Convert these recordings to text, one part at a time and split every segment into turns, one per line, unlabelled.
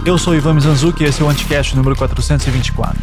Eu sou Ivan Mizanzuki e esse é o Anticast número 424.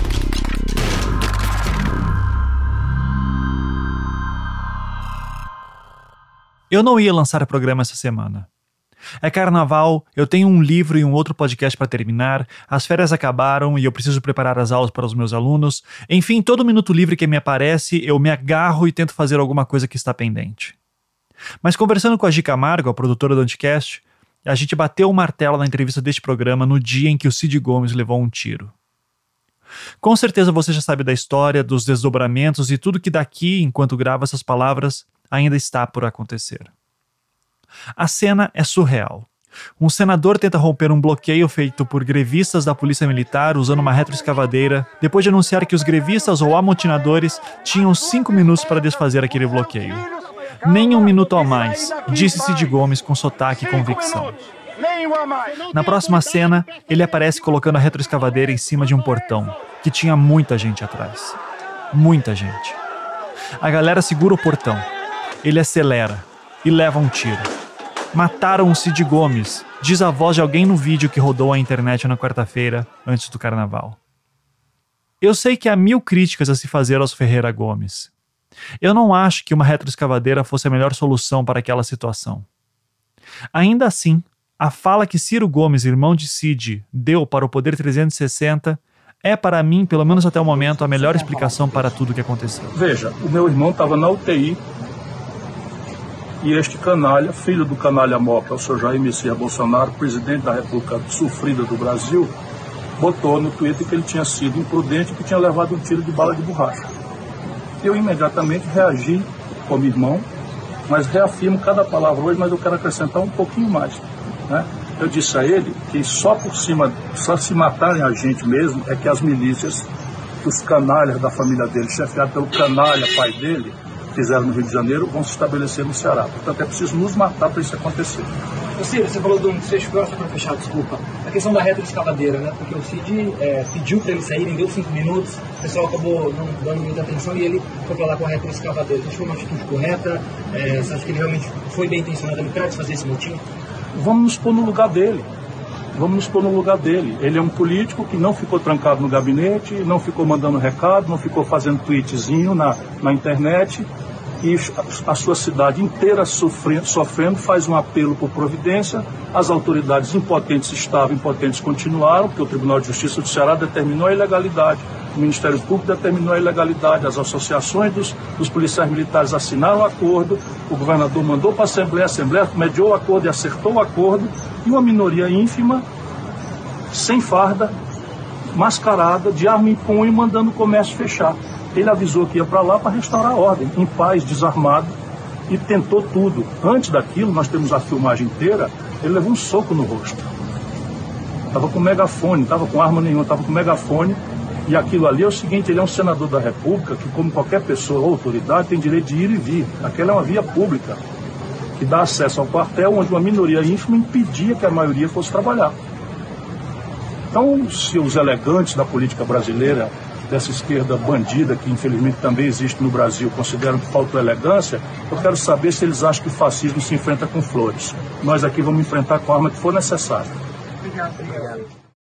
Eu não ia lançar programa essa semana. É carnaval, eu tenho um livro e um outro podcast para terminar, as férias acabaram e eu preciso preparar as aulas para os meus alunos. Enfim, todo minuto livre que me aparece, eu me agarro e tento fazer alguma coisa que está pendente. Mas conversando com a Gi Camargo, a produtora do Anticast, a gente bateu o martelo na entrevista deste programa no dia em que o Cid Gomes levou um tiro. Com certeza você já sabe da história, dos desdobramentos e tudo que daqui, enquanto gravo essas palavras, ainda está por acontecer. A cena é surreal. Um senador tenta romper um bloqueio feito por grevistas da Polícia Militar usando uma retroescavadeira, depois de anunciar que os grevistas ou amotinadores tinham 5 minutos para desfazer aquele bloqueio. Nem 1 minuto a mais, disse Cid Gomes com sotaque e convicção. Na próxima cena, ele aparece colocando a retroescavadeira em cima de um portão, que tinha muita gente atrás. Muita gente. A galera segura o portão. Ele acelera e leva um tiro. Mataram o Cid Gomes, diz a voz de alguém no vídeo que rodou a internet na quarta-feira, antes do carnaval. Eu sei que há 1000 críticas a se fazer aos Ferreira Gomes. Eu não acho que uma retroescavadeira fosse a melhor solução para aquela situação. Ainda assim, a fala que Ciro Gomes, irmão de Cid, deu para o Poder 360 é, para mim, pelo menos até o momento, a melhor explicação para tudo o que aconteceu.
Veja, o meu irmão estava na UTI e este canalha, filho do canalha mó, que é o senhor Jair Messias Bolsonaro, presidente da República sofrida do Brasil, botou no Twitter que ele tinha sido imprudente e que tinha levado um tiro de bala de borracha. Eu imediatamente reagi como irmão, mas reafirmo cada palavra hoje, mas eu quero acrescentar um pouquinho mais, né? Eu disse a ele que só se matarem a gente mesmo é que as milícias, os canalhas da família dele, chefiados pelo canalha pai dele, fizeram no Rio de Janeiro, vão se estabelecer no Ceará. Portanto, é preciso nos matar para isso acontecer.
Ciro, você falou do desfecho, só para fechar, desculpa. A questão da retroescavadeira, né? Porque o Cid pediu para eles saírem, deu 5 minutos, o pessoal acabou não dando muita atenção e ele foi para lá com a retroescavadeira. Você foi uma atitude correta? Você acha que ele realmente foi bem intencionado ali para desfazer esse motim?
Vamos nos pôr no lugar dele. Vamos nos pôr no lugar dele. Ele é um político que não ficou trancado no gabinete, não ficou mandando recado, não ficou fazendo tweetzinho na internet. E a sua cidade inteira sofrendo, faz um apelo por providência. As autoridades impotentes estavam, impotentes continuaram, porque o Tribunal de Justiça do Ceará determinou a ilegalidade, o Ministério Público determinou a ilegalidade, as associações dos policiais militares assinaram o acordo, o governador mandou para a Assembleia mediou o acordo e acertou o acordo, e uma minoria ínfima, sem farda, mascarada, de arma em punho, mandando o comércio fechar. Ele avisou que ia para lá para restaurar a ordem, em paz, desarmado, e tentou tudo. Antes daquilo, nós temos a filmagem inteira, ele levou um soco no rosto. Estava com megafone, estava com arma nenhuma, estava com megafone, e aquilo ali é o seguinte, ele é um senador da República, que como qualquer pessoa ou autoridade tem direito de ir e vir. Aquela é uma via pública, que dá acesso ao quartel, onde uma minoria ínfima impedia que a maioria fosse trabalhar. Então, se os elegantes da política brasileira, dessa esquerda bandida, que infelizmente também existe no Brasil, consideram que faltou elegância, eu quero saber se eles acham que o fascismo se enfrenta com flores. Nós aqui vamos enfrentar com a arma que for necessária.
Obrigado.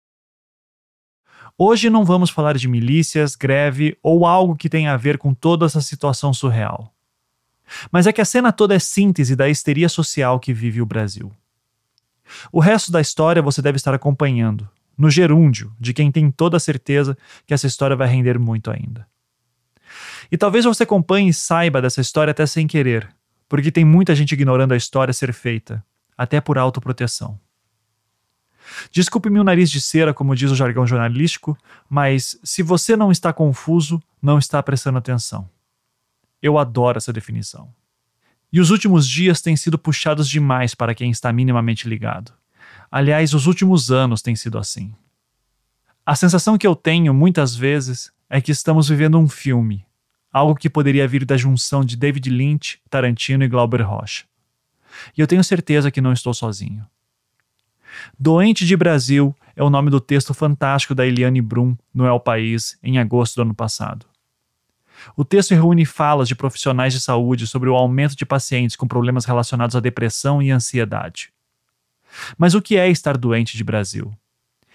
Hoje não vamos falar de milícias, greve ou algo que tenha a ver com toda essa situação surreal. Mas é que a cena toda é síntese da histeria social que vive o Brasil. O resto da história você deve estar acompanhando, no gerúndio de quem tem toda a certeza que essa história vai render muito ainda. E talvez você acompanhe e saiba dessa história até sem querer, porque tem muita gente ignorando a história ser feita, até por autoproteção. Desculpe-me o nariz de cera, como diz o jargão jornalístico, mas se você não está confuso, não está prestando atenção. Eu adoro essa definição. E os últimos dias têm sido puxados demais para quem está minimamente ligado. Aliás, os últimos anos têm sido assim. A sensação que eu tenho, muitas vezes, é que estamos vivendo um filme, algo que poderia vir da junção de David Lynch, Tarantino e Glauber Rocha. E eu tenho certeza que não estou sozinho. Doente de Brasil é o nome do texto fantástico da Eliane Brum no El País, em agosto do ano passado. O texto reúne falas de profissionais de saúde sobre o aumento de pacientes com problemas relacionados à depressão e ansiedade. Mas o que é estar doente de Brasil?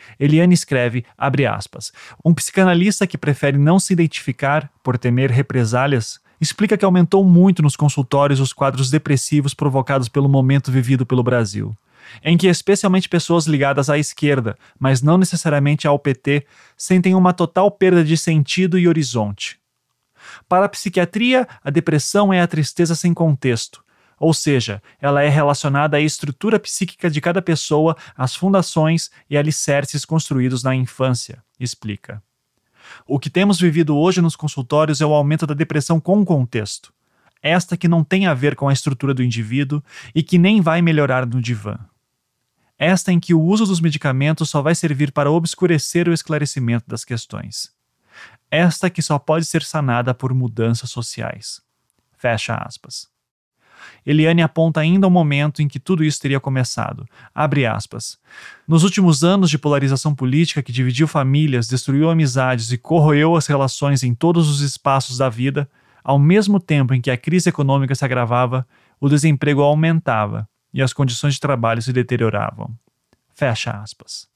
Eliane escreve, abre aspas, um psicanalista que prefere não se identificar por temer represálias explica que aumentou muito nos consultórios os quadros depressivos provocados pelo momento vivido pelo Brasil, em que especialmente pessoas ligadas à esquerda, mas não necessariamente ao PT, sentem uma total perda de sentido e horizonte. Para a psiquiatria, a depressão é a tristeza sem contexto, ou seja, ela é relacionada à estrutura psíquica de cada pessoa, às fundações e alicerces construídos na infância, explica. O que temos vivido hoje nos consultórios é o aumento da depressão com contexto, esta que não tem a ver com a estrutura do indivíduo e que nem vai melhorar no divã. Esta em que o uso dos medicamentos só vai servir para obscurecer o esclarecimento das questões. Esta que só pode ser sanada por mudanças sociais. Fecha aspas. Eliane aponta ainda o momento em que tudo isso teria começado. Abre aspas. Nos últimos anos de polarização política que dividiu famílias, destruiu amizades e corroeu as relações em todos os espaços da vida, ao mesmo tempo em que a crise econômica se agravava, o desemprego aumentava e as condições de trabalho se deterioravam. Fecha aspas.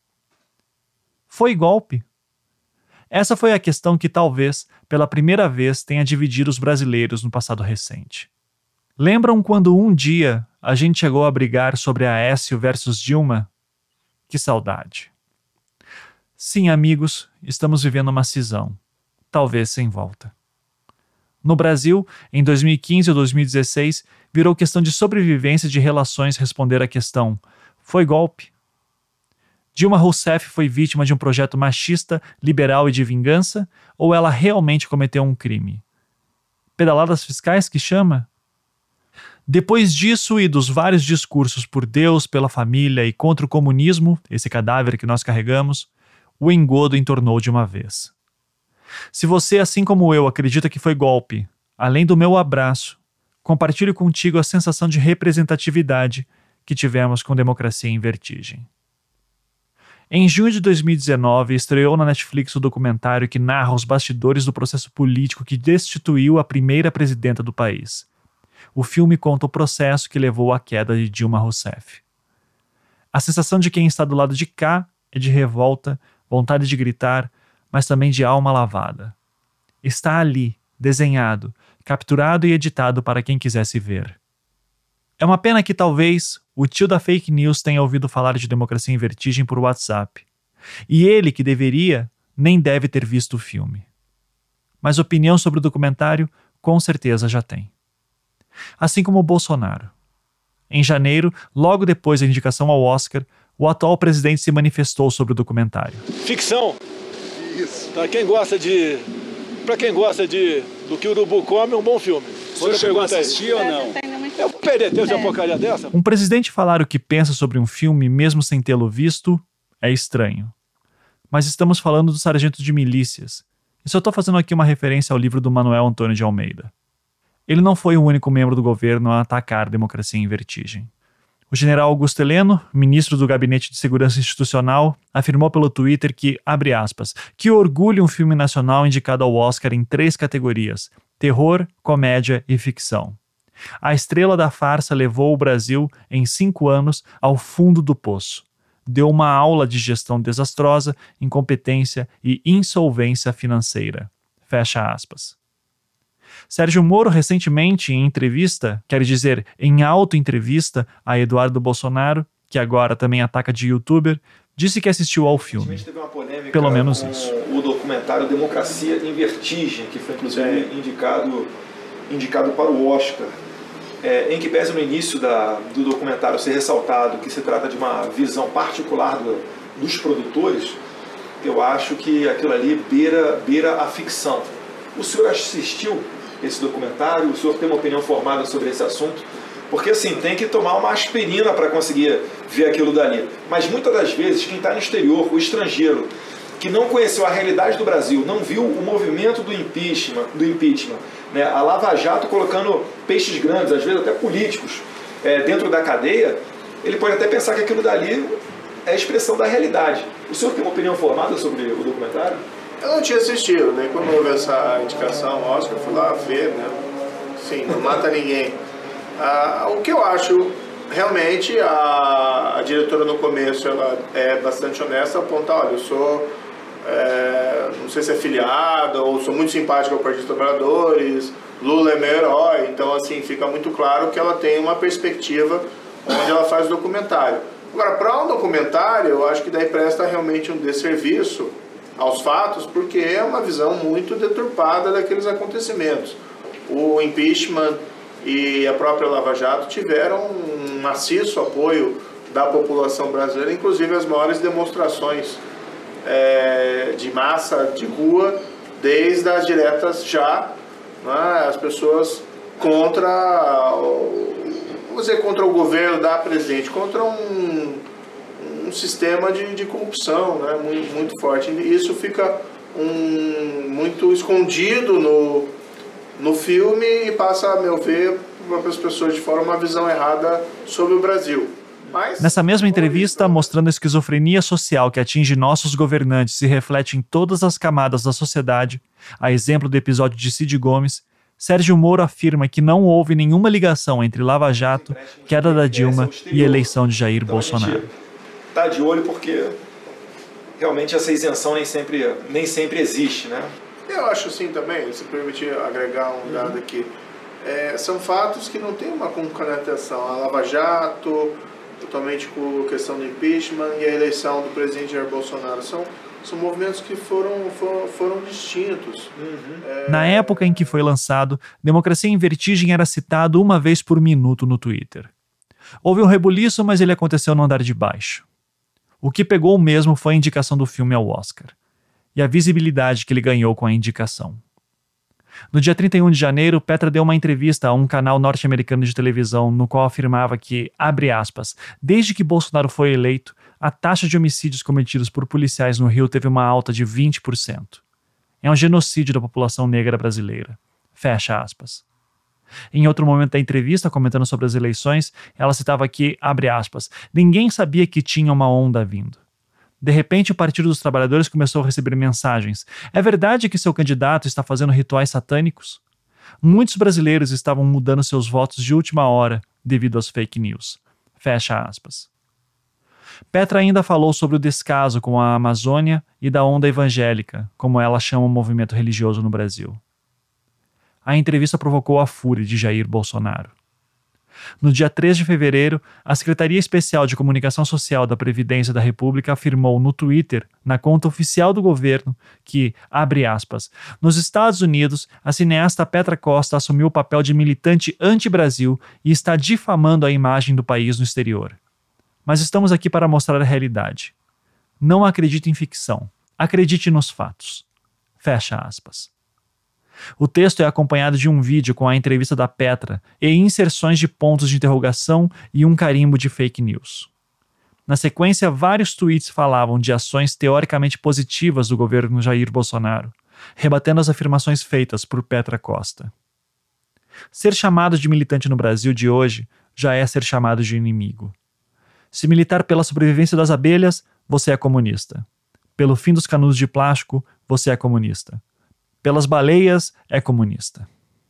Foi golpe? Essa foi a questão que talvez, pela primeira vez, tenha dividido os brasileiros no passado recente. Lembram quando um dia a gente chegou a brigar sobre Aécio versus Dilma? Que saudade. Sim, amigos, estamos vivendo uma cisão, talvez sem volta. No Brasil, em 2015 ou 2016, virou questão de sobrevivência de relações responder à questão: foi golpe? Dilma Rousseff foi vítima de um projeto machista, liberal e de vingança, ou ela realmente cometeu um crime? Pedaladas fiscais que chama? Depois disso e dos vários discursos por Deus, pela família e contra o comunismo, esse cadáver que nós carregamos, o engodo entornou de uma vez. Se você, assim como eu, acredita que foi golpe, além do meu abraço, compartilho contigo a sensação de representatividade que tivemos com Democracia em Vertigem. Em junho de 2019, estreou na Netflix o documentário que narra os bastidores do processo político que destituiu a primeira presidenta do país. O filme conta o processo que levou à queda de Dilma Rousseff. A sensação de quem está do lado de cá é de revolta, vontade de gritar, mas também de alma lavada. Está ali, desenhado, capturado e editado para quem quisesse ver. É uma pena que talvez o tio da fake news tenha ouvido falar de Democracia em Vertigem por WhatsApp. E ele, que deveria, nem deve ter visto o filme. Mas opinião sobre o documentário, com certeza já tem. Assim como o Bolsonaro. Em janeiro, logo depois da indicação ao Oscar, o atual presidente se manifestou sobre o documentário.
Ficção. Isso. Para quem gosta do que o urubu come, é um bom filme.
Você chegou a assistir ou não?
Eu perder tempo de uma porcaria dessa.
Um presidente falar o que pensa sobre um filme, mesmo sem tê-lo visto, é estranho. Mas estamos falando do sargento de milícias. E só estou fazendo aqui uma referência ao livro do Manuel Antônio de Almeida. Ele não foi o único membro do governo a atacar Democracia em Vertigem. O general Augusto Heleno, ministro do Gabinete de Segurança Institucional, afirmou pelo Twitter que, abre aspas, que orgulha um filme nacional indicado ao Oscar em 3 categorias: terror, comédia e ficção. A estrela da farsa levou o Brasil, em 5 anos, ao fundo do poço. Deu uma aula de gestão desastrosa, incompetência e insolvência financeira. Fecha aspas. Sérgio Moro, recentemente, em entrevista, quer dizer, em auto-entrevista a Eduardo Bolsonaro, que agora também ataca de youtuber, disse que assistiu ao filme.
Teve uma polêmica
pelo menos isso.
O documentário Democracia em Vertigem, que foi inclusive indicado para o Oscar, em que pese no início do documentário ser ressaltado que se trata de uma visão particular dos produtores, eu acho que aquilo ali beira a ficção. O senhor assistiu esse documentário? O senhor tem uma opinião formada sobre esse assunto? Porque assim, tem que tomar uma aspirina para conseguir ver aquilo dali. Mas muitas das vezes quem está no exterior, o estrangeiro, que não conheceu a realidade do Brasil, não viu o movimento do impeachment, né? A Lava Jato colocando peixes grandes, às vezes até políticos, dentro da cadeia, ele pode até pensar que aquilo dali é a expressão da realidade. O senhor tem uma opinião formada sobre o documentário?
Eu não tinha assistido, né? Quando houve essa indicação ao Oscar, eu fui lá ver, né? Sim, não mata ninguém. O que eu acho, realmente a diretora no começo ela é bastante honesta, apontar, olha, eu sou, não sei se é filiado ou sou muito simpático ao Partido dos Trabalhadores, Lula é meu herói, então assim, fica muito claro que ela tem uma perspectiva onde ela faz o documentário. Agora, para um documentário, eu acho que daí presta realmente um desserviço aos fatos, porque é uma visão muito deturpada daqueles acontecimentos. O impeachment e a própria Lava Jato tiveram um maciço apoio da população brasileira, inclusive as maiores demonstrações de massa, de rua, desde as diretas já, né, as pessoas contra, vamos dizer, contra o governo da presidente, contra um sistema de corrupção, né, muito forte. E isso fica muito escondido no filme e passa, a meu ver, para as pessoas de fora uma visão errada sobre o Brasil. Mas,
nessa mesma entrevista, mostrando a esquizofrenia social que atinge nossos governantes e reflete em todas as camadas da sociedade, a exemplo do episódio de Cid Gomes, Sérgio Moro afirma que não houve nenhuma ligação entre Lava Jato, queda da Dilma e eleição de Jair Bolsonaro.
Está de olho porque realmente essa isenção nem sempre existe, né?
Eu acho assim também, se permitir agregar um dado aqui, são fatos que não tem uma concatenação. A Lava Jato, totalmente com a questão do impeachment e a eleição do presidente Jair Bolsonaro, são movimentos que foram distintos.
Na época em que foi lançado, Democracia em Vertigem era citado uma vez por minuto no Twitter. Houve um rebuliço, mas ele aconteceu no andar de baixo. O que pegou mesmo foi a indicação do filme ao Oscar e a visibilidade que ele ganhou com a indicação. No dia 31 de janeiro, Petra deu uma entrevista a um canal norte-americano de televisão no qual afirmava que, abre aspas, desde que Bolsonaro foi eleito, a taxa de homicídios cometidos por policiais no Rio teve uma alta de 20%. É um genocídio da população negra brasileira. Fecha aspas. Em outro momento da entrevista, comentando sobre as eleições, ela citava que, abre aspas, ninguém sabia que tinha uma onda vindo. De repente, o Partido dos Trabalhadores começou a receber mensagens. É verdade que seu candidato está fazendo rituais satânicos? Muitos brasileiros estavam mudando seus votos de última hora devido às fake news. Fecha aspas. Petra ainda falou sobre o descaso com a Amazônia e da onda evangélica, como ela chama o movimento religioso no Brasil. A entrevista provocou a fúria de Jair Bolsonaro. No dia 3 de fevereiro, a Secretaria Especial de Comunicação Social da Previdência da República afirmou no Twitter, na conta oficial do governo, que, abre aspas, nos Estados Unidos, a cineasta Petra Costa assumiu o papel de militante anti-Brasil e está difamando a imagem do país no exterior. Mas estamos aqui para mostrar a realidade. Não acredite em ficção. Acredite nos fatos. Fecha aspas. O texto é acompanhado de um vídeo com a entrevista da Petra e inserções de pontos de interrogação e um carimbo de fake news. Na sequência, vários tweets falavam de ações teoricamente positivas do governo Jair Bolsonaro, rebatendo as afirmações feitas por Petra Costa. Ser chamado de militante no Brasil de hoje já é ser chamado de inimigo. Se militar pela sobrevivência das abelhas, você é comunista. Pelo fim dos canudos de plástico, você é comunista. Pelas baleias, é comunista.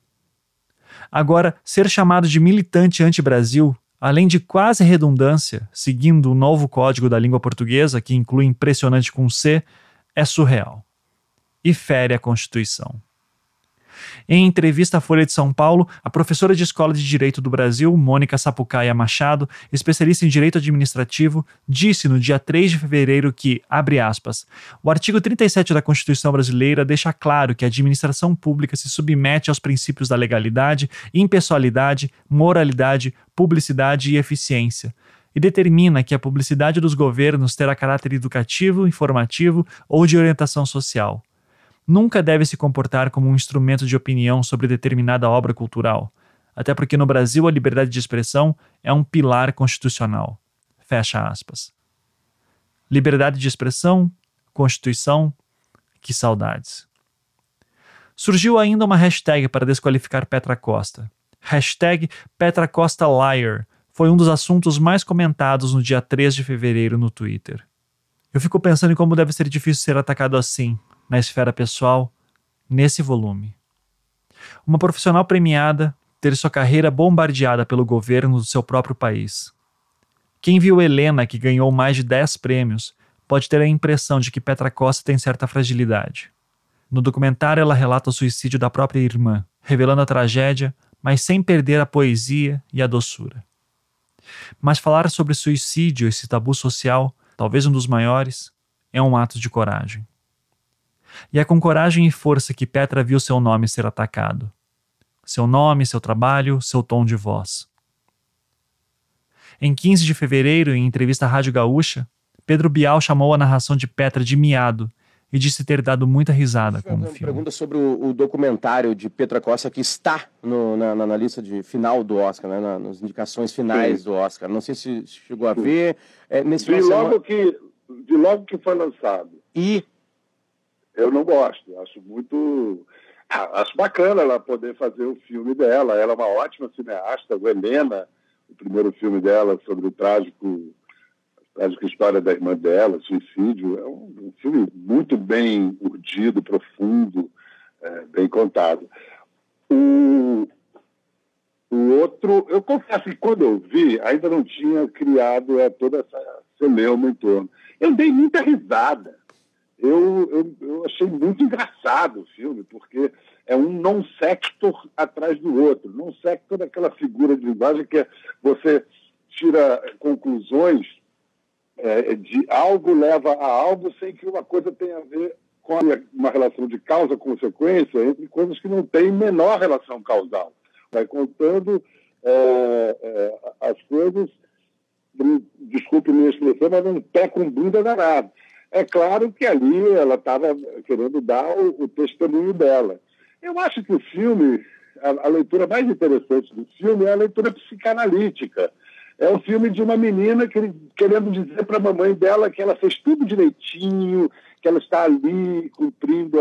Agora, ser chamado de militante anti-Brasil, além de quase redundância, seguindo o novo código da língua portuguesa, que inclui impressionante com C, é surreal. E fere a Constituição. Em entrevista à Folha de São Paulo, a professora de Escola de Direito do Brasil, Mônica Sapucaia Machado, especialista em Direito Administrativo, disse no dia 3 de fevereiro que, abre aspas, o artigo 37 da Constituição brasileira deixa claro que a administração pública se submete aos princípios da legalidade, impessoalidade, moralidade, publicidade e eficiência, e determina que a publicidade dos governos terá caráter educativo, informativo ou de orientação social. Nunca deve se comportar como um instrumento de opinião sobre determinada obra cultural, até porque no Brasil a liberdade de expressão é um pilar constitucional. Fecha aspas. Liberdade de expressão, Constituição, que saudades. Surgiu ainda uma hashtag para desqualificar Petra Costa. Hashtag Petra Costa Liar foi um dos assuntos mais comentados no dia 3 de fevereiro no Twitter. Eu fico pensando em como deve ser difícil ser atacado assim, na esfera pessoal, nesse volume. Uma profissional premiada, ter sua carreira bombardeada pelo governo do seu próprio país. Quem viu Helena, que ganhou mais de 10 prêmios, pode ter a impressão de que Petra Costa tem certa fragilidade. No documentário, ela relata o suicídio da própria irmã, revelando a tragédia, mas sem perder a poesia e a doçura. Mas falar sobre suicídio, esse tabu social, talvez um dos maiores, é um ato de coragem. E é com coragem e força que Petra viu seu nome ser atacado. Seu nome, seu trabalho, seu tom de voz. Em 15 de fevereiro, em entrevista à Rádio Gaúcha, Pedro Bial chamou a narração de Petra de miado e disse ter dado muita risada com o filme.
Pergunta sobre o documentário de Petra Costa que está na lista de final do Oscar, né, nas indicações finais do Oscar. Não sei se chegou a ver.
De logo que foi lançado.
E?
Eu não gosto. Acho muito... acho bacana ela poder fazer o filme dela. Ela é uma ótima cineasta. O Helena, o primeiro filme dela sobre a trágica história da irmã dela, suicídio, é um filme muito bem urdido, profundo, bem contado. O outro, eu confesso que quando eu vi, ainda não tinha criado toda essa celeuma em torno. Eu dei muita risada. Eu achei muito engraçado o filme, porque é um non-sector atrás do outro. Non-sector é aquela figura de linguagem que você tira conclusões de algo leva a algo sem que uma coisa tenha a ver com uma relação de causa-consequência entre coisas que não têm menor relação causal. Vai contando as coisas, desculpe minha expressão, mas um pé com bunda danado. É claro que ali ela estava querendo dar o testemunho dela. Eu acho que o filme, a leitura mais interessante do filme é a leitura psicanalítica. É um filme de uma menina querendo dizer para a mamãe dela que ela fez tudo direitinho, que ela está ali cumprindo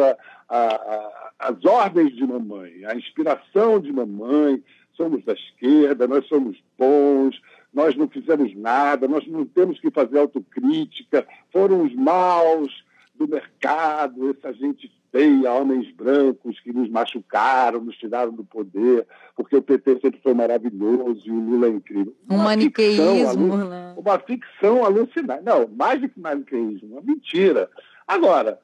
as ordens de mamãe, a inspiração de mamãe. Somos da esquerda, nós somos bons, nós não fizemos nada, nós não temos que fazer autocrítica, foram os maus do mercado, essa gente feia, homens brancos que nos machucaram, nos tiraram do poder, porque o PT sempre foi maravilhoso e o Lula é incrível.
Um maniqueísmo, né?
Uma ficção alucinante. Não, mais do que maniqueísmo, uma mentira. Agora,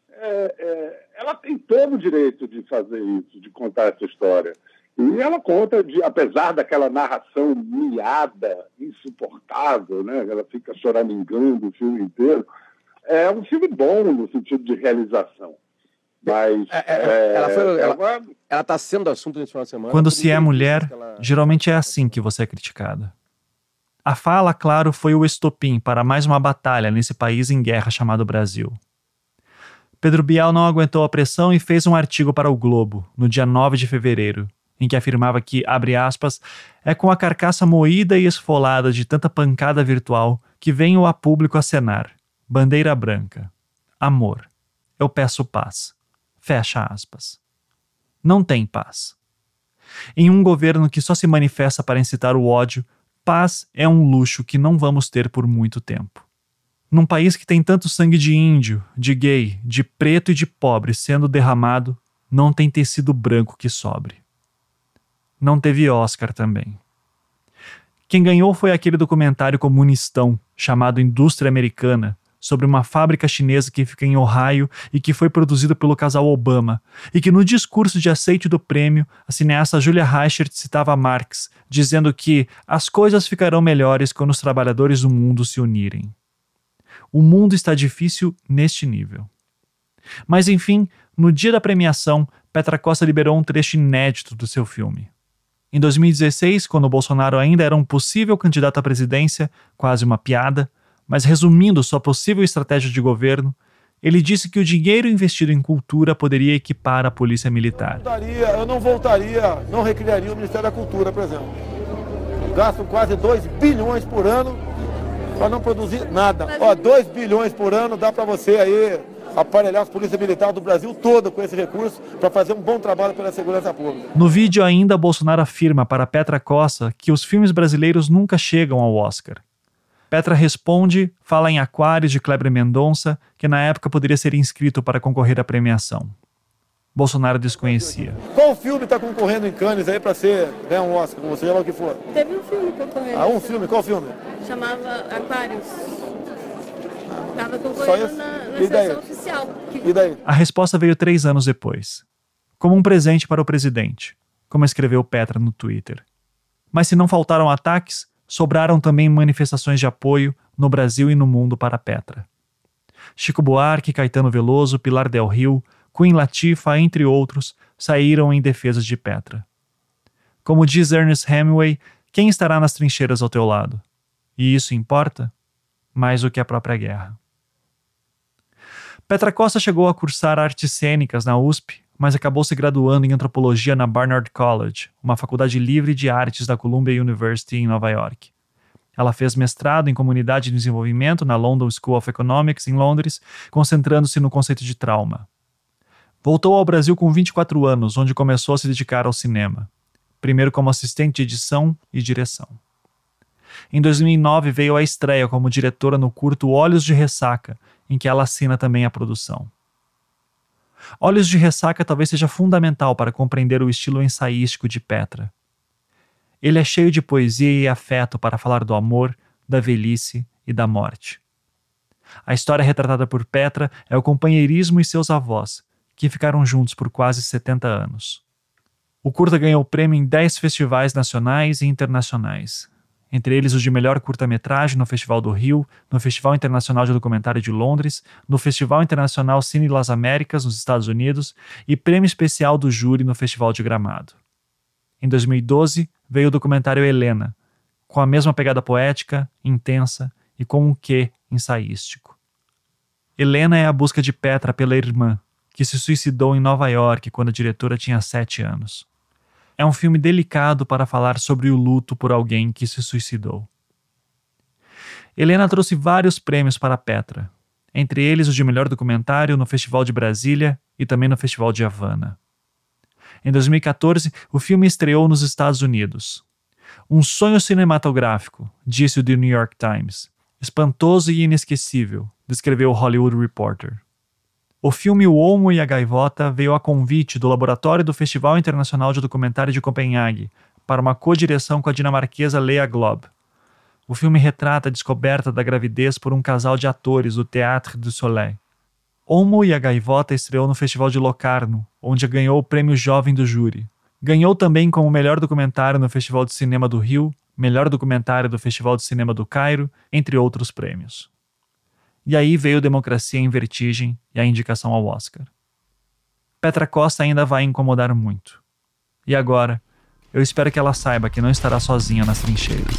ela tem todo o direito de fazer isso, de contar essa história. E ela conta, apesar daquela narração miada, insuportável, né? Ela fica choramingando o filme inteiro. É um filme bom no sentido de realização. Mas
ela está sendo assunto nesse final de semana.
Quando se é mulher, geralmente é assim que você é criticada. A fala, claro, foi o estopim para mais uma batalha nesse país em guerra chamado Brasil. Pedro Bial não aguentou a pressão e fez um artigo para o Globo, no dia 9 de fevereiro, em que afirmava que, abre aspas, é com a carcaça moída e esfolada de tanta pancada virtual que venho a público acenar. Bandeira branca. Amor. Eu peço paz. Fecha aspas. Não tem paz. Em um governo que só se manifesta para incitar o ódio, paz é um luxo que não vamos ter por muito tempo. Num país que tem tanto sangue de índio, de gay, de preto e de pobre sendo derramado, não tem tecido branco que sobre. Não teve Oscar também. Quem ganhou foi aquele documentário comunistão chamado Indústria Americana, sobre uma fábrica chinesa que fica em Ohio e que foi produzido pelo casal Obama, e que no discurso de aceite do prêmio, a cineasta Julia Reichert citava Marx, dizendo que as coisas ficarão melhores quando os trabalhadores do mundo se unirem. O mundo está difícil neste nível. Mas enfim, no dia da premiação, Petra Costa liberou um trecho inédito do seu filme. Em 2016, quando Bolsonaro ainda era um possível candidato à presidência, quase uma piada, mas resumindo sua possível estratégia de governo, ele disse que o dinheiro investido em cultura poderia equipar a polícia militar.
Eu não voltaria, não recriaria o Ministério da Cultura, por exemplo. Gastam quase 2 bilhões por ano para não produzir nada. 2 bilhões por ano dá para você aí aparelhar as polícias militares do Brasil todo com esse recurso para fazer um bom trabalho pela segurança pública.
No vídeo ainda, Bolsonaro afirma para Petra Costa que os filmes brasileiros nunca chegam ao Oscar. Petra responde, fala em Aquários de Kleber Mendonça, que na época poderia ser inscrito para concorrer à premiação. Bolsonaro desconhecia.
Qual filme está concorrendo em Cannes aí para ganhar um Oscar, como seja lá o que for?
Teve um filme concorrendo.
Um filme? Qual filme?
Chamava Aquarius. Estava
Só
concorrendo
isso?
na
E daí?
sessão oficial.
E daí?
A resposta veio 3 anos depois. Como um presente para o presidente, como escreveu Petra no Twitter. Mas se não faltaram ataques, sobraram também manifestações de apoio no Brasil e no mundo para Petra. Chico Buarque, Caetano Veloso, Pilar Del Rio, Queen Latifah, entre outros, saíram em defesa de Petra. Como diz Ernest Hemingway, quem estará nas trincheiras ao teu lado? E isso importa? Mais do que a própria guerra. Petra Costa chegou a cursar artes cênicas na USP, mas acabou se graduando em antropologia na Barnard College, uma faculdade livre de artes da Columbia University em Nova York. Ela fez mestrado em comunidade de desenvolvimento na London School of Economics em Londres, concentrando-se no conceito de trauma. Voltou ao Brasil com 24 anos, onde começou a se dedicar ao cinema, primeiro como assistente de edição e direção. Em 2009 veio à estreia como diretora no curto Olhos de Ressaca, em que ela assina também a produção. Olhos de Ressaca talvez seja fundamental para compreender o estilo ensaístico de Petra. Ele é cheio de poesia e afeto para falar do amor, da velhice e da morte. A história retratada por Petra é o companheirismo e seus avós, que ficaram juntos por quase 70 anos. O curta ganhou prêmio em 10 festivais nacionais e internacionais, entre eles o de melhor curta-metragem no Festival do Rio, no Festival Internacional de Documentário de Londres, no Festival Internacional Cine Las Américas, nos Estados Unidos, e prêmio especial do júri no Festival de Gramado. Em 2012, veio o documentário Helena, com a mesma pegada poética, intensa e com um quê ensaístico. Helena é a busca de Petra pela irmã, que se suicidou em Nova York quando a diretora tinha 7 anos. É um filme delicado para falar sobre o luto por alguém que se suicidou. Helena trouxe vários prêmios para Petra, entre eles o de melhor documentário no Festival de Brasília e também no Festival de Havana. Em 2014, o filme estreou nos Estados Unidos. Um sonho cinematográfico, disse o The New York Times. Espantoso e inesquecível, descreveu o Hollywood Reporter. O filme O Olmo e a Gaivota veio a convite do laboratório do Festival Internacional de Documentário de Copenhague para uma co-direção com a dinamarquesa Lea Glob. O filme retrata a descoberta da gravidez por um casal de atores do Théâtre du Soleil. Olmo e a Gaivota estreou no Festival de Locarno, onde ganhou o prêmio Jovem do Júri. Ganhou também como melhor documentário no Festival de Cinema do Rio, melhor documentário do Festival de Cinema do Cairo, entre outros prêmios. E aí veio Democracia em Vertigem e a indicação ao Oscar. Petra Costa ainda vai incomodar muito. E agora, eu espero que ela saiba que não estará sozinha nas trincheiras.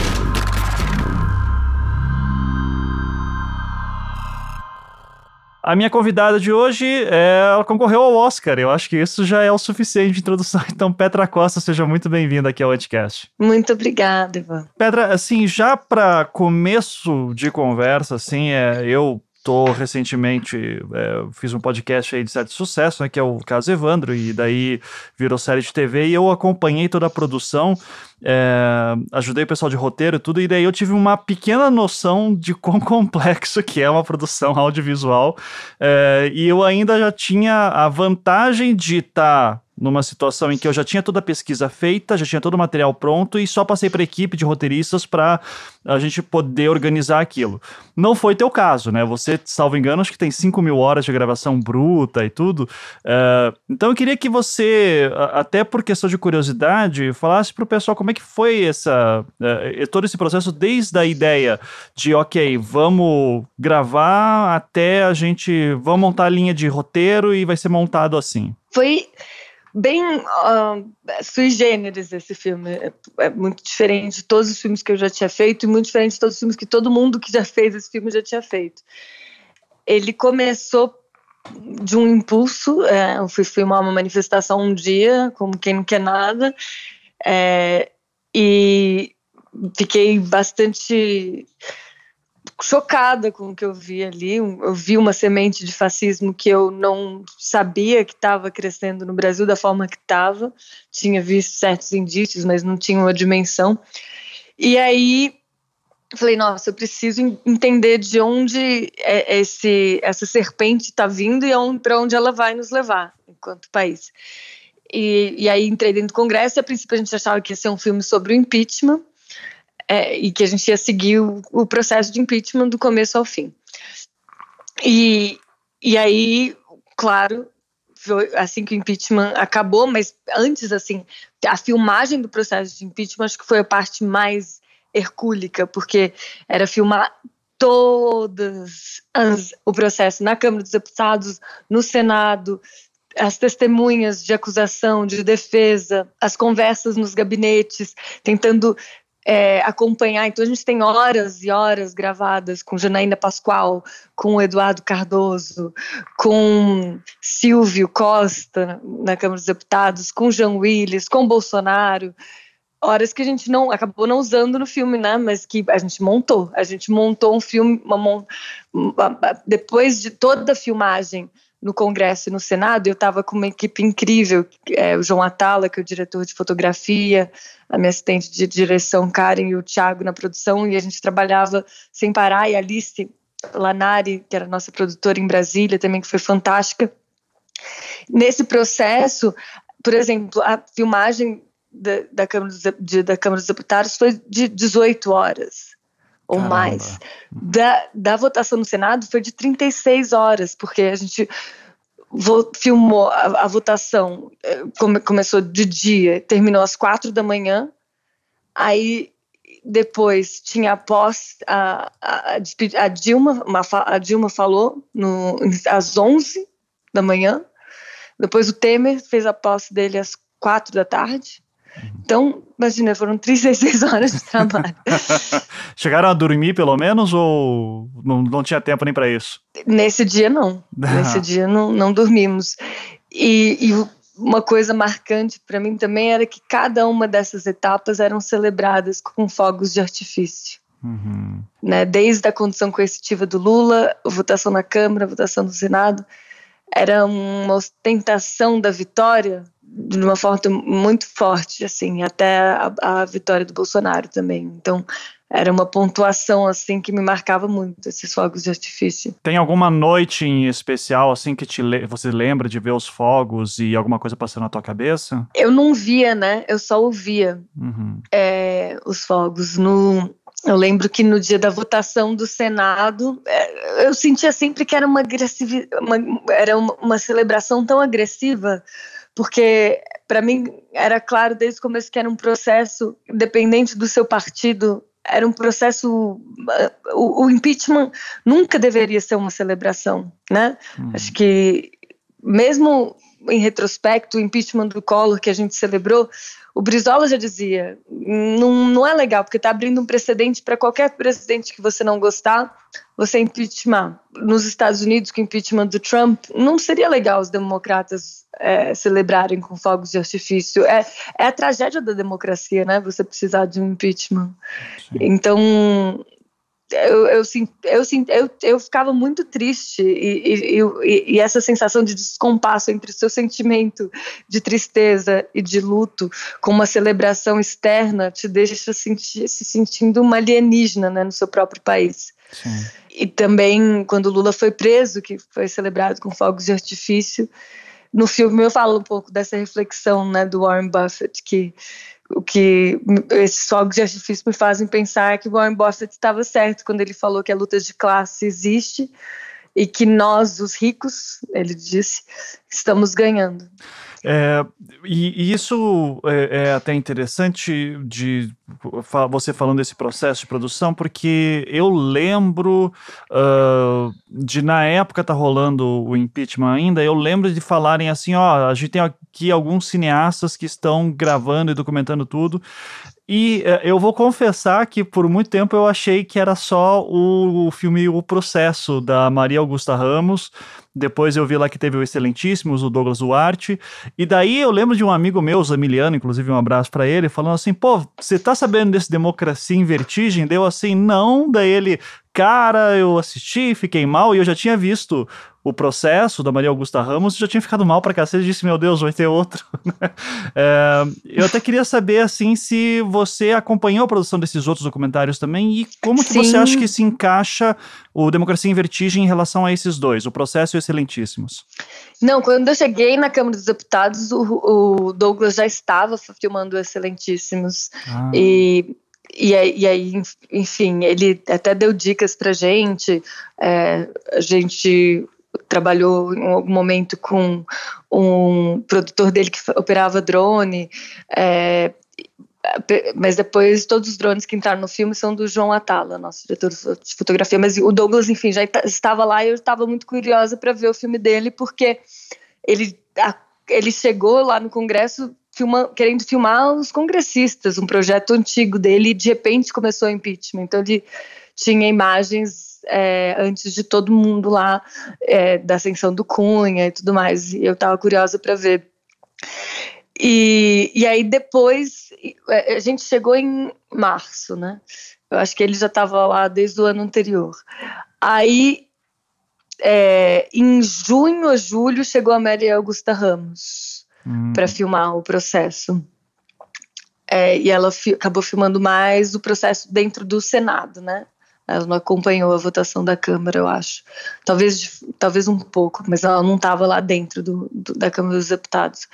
A minha convidada de hoje, ela concorreu ao Oscar. Eu acho que isso já é o suficiente de introdução. Então, Petra Costa, seja muito bem-vinda aqui ao Anticast.
Muito obrigada, Ivan.
Petra, assim, já para começo de conversa, assim, eu recentemente, fiz um podcast aí de certo sucesso, né, que é o Caso Evandro, e daí virou série de TV, e eu acompanhei toda a produção, ajudei o pessoal de roteiro e tudo, e daí eu tive uma pequena noção de quão complexo que é uma produção audiovisual, e eu ainda já tinha a vantagem de estar numa situação em que eu já tinha toda a pesquisa feita, já tinha todo o material pronto e só passei para a equipe de roteiristas para a gente poder organizar aquilo. Não foi teu caso, né? Você, salvo engano, acho que tem 5.000 horas de gravação bruta e tudo. Então eu queria que você, até por questão de curiosidade, falasse para o pessoal como é que foi todo esse processo desde a ideia de, ok, vamos gravar até vamos montar a linha de roteiro e vai ser montado assim.
Foi bem sui generis esse filme, é muito diferente de todos os filmes que eu já tinha feito e muito diferente de todos os filmes que todo mundo que já fez esse filme já tinha feito. Ele começou de um impulso, eu fui filmar uma manifestação um dia, como quem não quer nada, e fiquei bastante chocada com o que eu vi ali. Eu vi uma semente de fascismo que eu não sabia que estava crescendo no Brasil da forma que estava. Tinha visto certos indícios, mas não tinha uma dimensão. E aí falei, nossa, eu preciso entender de onde essa serpente está vindo e para onde ela vai nos levar, enquanto país. E aí entrei dentro do Congresso, e a princípio a gente achava que ia ser um filme sobre o impeachment, e que a gente ia seguir o processo de impeachment do começo ao fim. E aí, claro, foi assim que o impeachment acabou, mas antes, assim, a filmagem do processo de impeachment acho que foi a parte mais hercúlica, porque era filmar o processo na Câmara dos Deputados, no Senado, as testemunhas de acusação, de defesa, as conversas nos gabinetes, tentando acompanhar. Então a gente tem horas e horas gravadas com Janaína Pascoal, com Eduardo Cardoso, com Silvio Costa na Câmara dos Deputados, com Jean Willis, com Bolsonaro, horas que a gente acabou não usando no filme, né? Mas que a gente montou um filme, depois de toda a filmagem no Congresso e no Senado, eu estava com uma equipe incrível, o João Atala, que é o diretor de fotografia, a minha assistente de direção, Karen, e o Thiago na produção, e a gente trabalhava sem parar, e a Alice Lanari, que era a nossa produtora em Brasília, também, que foi fantástica. Nesse processo, por exemplo, a filmagem da Câmara dos Deputados foi de 18 horas. Ou
Caramba.
Mais. Da votação no Senado foi de 36 horas, porque a gente filmou a votação, começou de dia, terminou às 4 da manhã, aí depois tinha a posse, a Dilma falou às 11 da manhã, depois o Temer fez a posse dele às 4 da tarde. Então, imagina, foram 36 horas de trabalho.
Chegaram a dormir, pelo menos, ou não tinha tempo nem para isso?
Nesse dia, não. Nesse dia, não dormimos. E uma coisa marcante para mim também era que cada uma dessas etapas eram celebradas com fogos de artifício.
Uhum.
Né? Desde a condição coercitiva do Lula, a votação na Câmara, a votação no Senado, era uma ostentação da vitória de uma forma muito forte, assim, até a vitória do Bolsonaro também. Então, era uma pontuação, assim, que me marcava muito, esses fogos de artifício.
Tem alguma noite em especial, assim, que você lembra de ver os fogos e alguma coisa passando na tua cabeça?
Eu não via, né? Eu só ouvia os fogos. Eu lembro que no dia da votação do Senado, eu sentia sempre que era uma celebração tão agressiva, porque para mim era claro desde o começo que era um processo, independente do seu partido, era um processo, o impeachment nunca deveria ser uma celebração, né? Acho que mesmo em retrospecto, o impeachment do Collor que a gente celebrou, o Brizola já dizia, não é legal, porque está abrindo um precedente para qualquer presidente que você não gostar, você impeachment. Nos Estados Unidos, com o impeachment do Trump, não seria legal os democratas celebrarem com fogos de artifício. É a tragédia da democracia, né? Você precisar de um impeachment. Sim. Então, eu ficava muito triste e essa sensação de descompasso entre o seu sentimento de tristeza e de luto com uma celebração externa te deixa se sentindo uma alienígena, né, no seu próprio país.
Sim.
E também quando Lula foi preso, que foi celebrado com fogos de artifício, no filme eu falo um pouco dessa reflexão, né, do Warren Buffett, que esses fogos de artifício me fazem pensar que o Warren Buffett estava certo quando ele falou que a luta de classe existe e que nós, os ricos, ele disse, estamos ganhando.
E isso é até interessante de você falando desse processo de produção, porque eu lembro de na época tá rolando o impeachment ainda, eu lembro de falarem assim, a gente tem aqui alguns cineastas que estão gravando e documentando tudo, e eu vou confessar que por muito tempo eu achei que era só o filme O Processo, da Maria Augusta Ramos. Depois eu vi lá que teve o Excelentíssimos, o Douglas Duarte, e daí eu lembro de um amigo meu, Zamiliano, inclusive um abraço pra ele, falando assim, pô, você tá sabendo desse Democracia em Vertigem? Deu assim, não, daí ele, cara, eu assisti, fiquei mal, e eu já tinha visto o Processo, da Maria Augusta Ramos, e já tinha ficado mal pra cacete, e disse, meu Deus, vai ter outro. Eu até queria saber, assim, se você acompanhou a produção desses outros documentários também, e como que você acha que se encaixa o Democracia em Vertigem em relação a esses dois, o Processo e o Excelentíssimos?
Não, quando eu cheguei na Câmara dos Deputados, o Douglas já estava filmando Excelentíssimos. E aí, enfim, ele até deu dicas pra gente. A gente trabalhou em algum momento com um produtor dele que operava drone. Mas depois todos os drones que entraram no filme são do João Atala, nosso diretor de fotografia. Mas o Douglas, enfim, já estava lá e eu estava muito curiosa para ver o filme dele, porque ele chegou lá no Congresso querendo filmar os congressistas, um projeto antigo dele, e de repente começou o impeachment. Então ele tinha imagens antes de todo mundo lá, da ascensão do Cunha e tudo mais, e eu estava curiosa para ver. E aí depois, a gente chegou em março, né? Eu acho que ele já estava lá desde o ano anterior. Aí, em junho ou julho, chegou a Maria Augusta Ramos para filmar o Processo. E ela acabou filmando mais o processo dentro do Senado, né? Ela não acompanhou a votação da Câmara, eu acho. Talvez um pouco, mas ela não estava lá dentro da Câmara dos Deputados.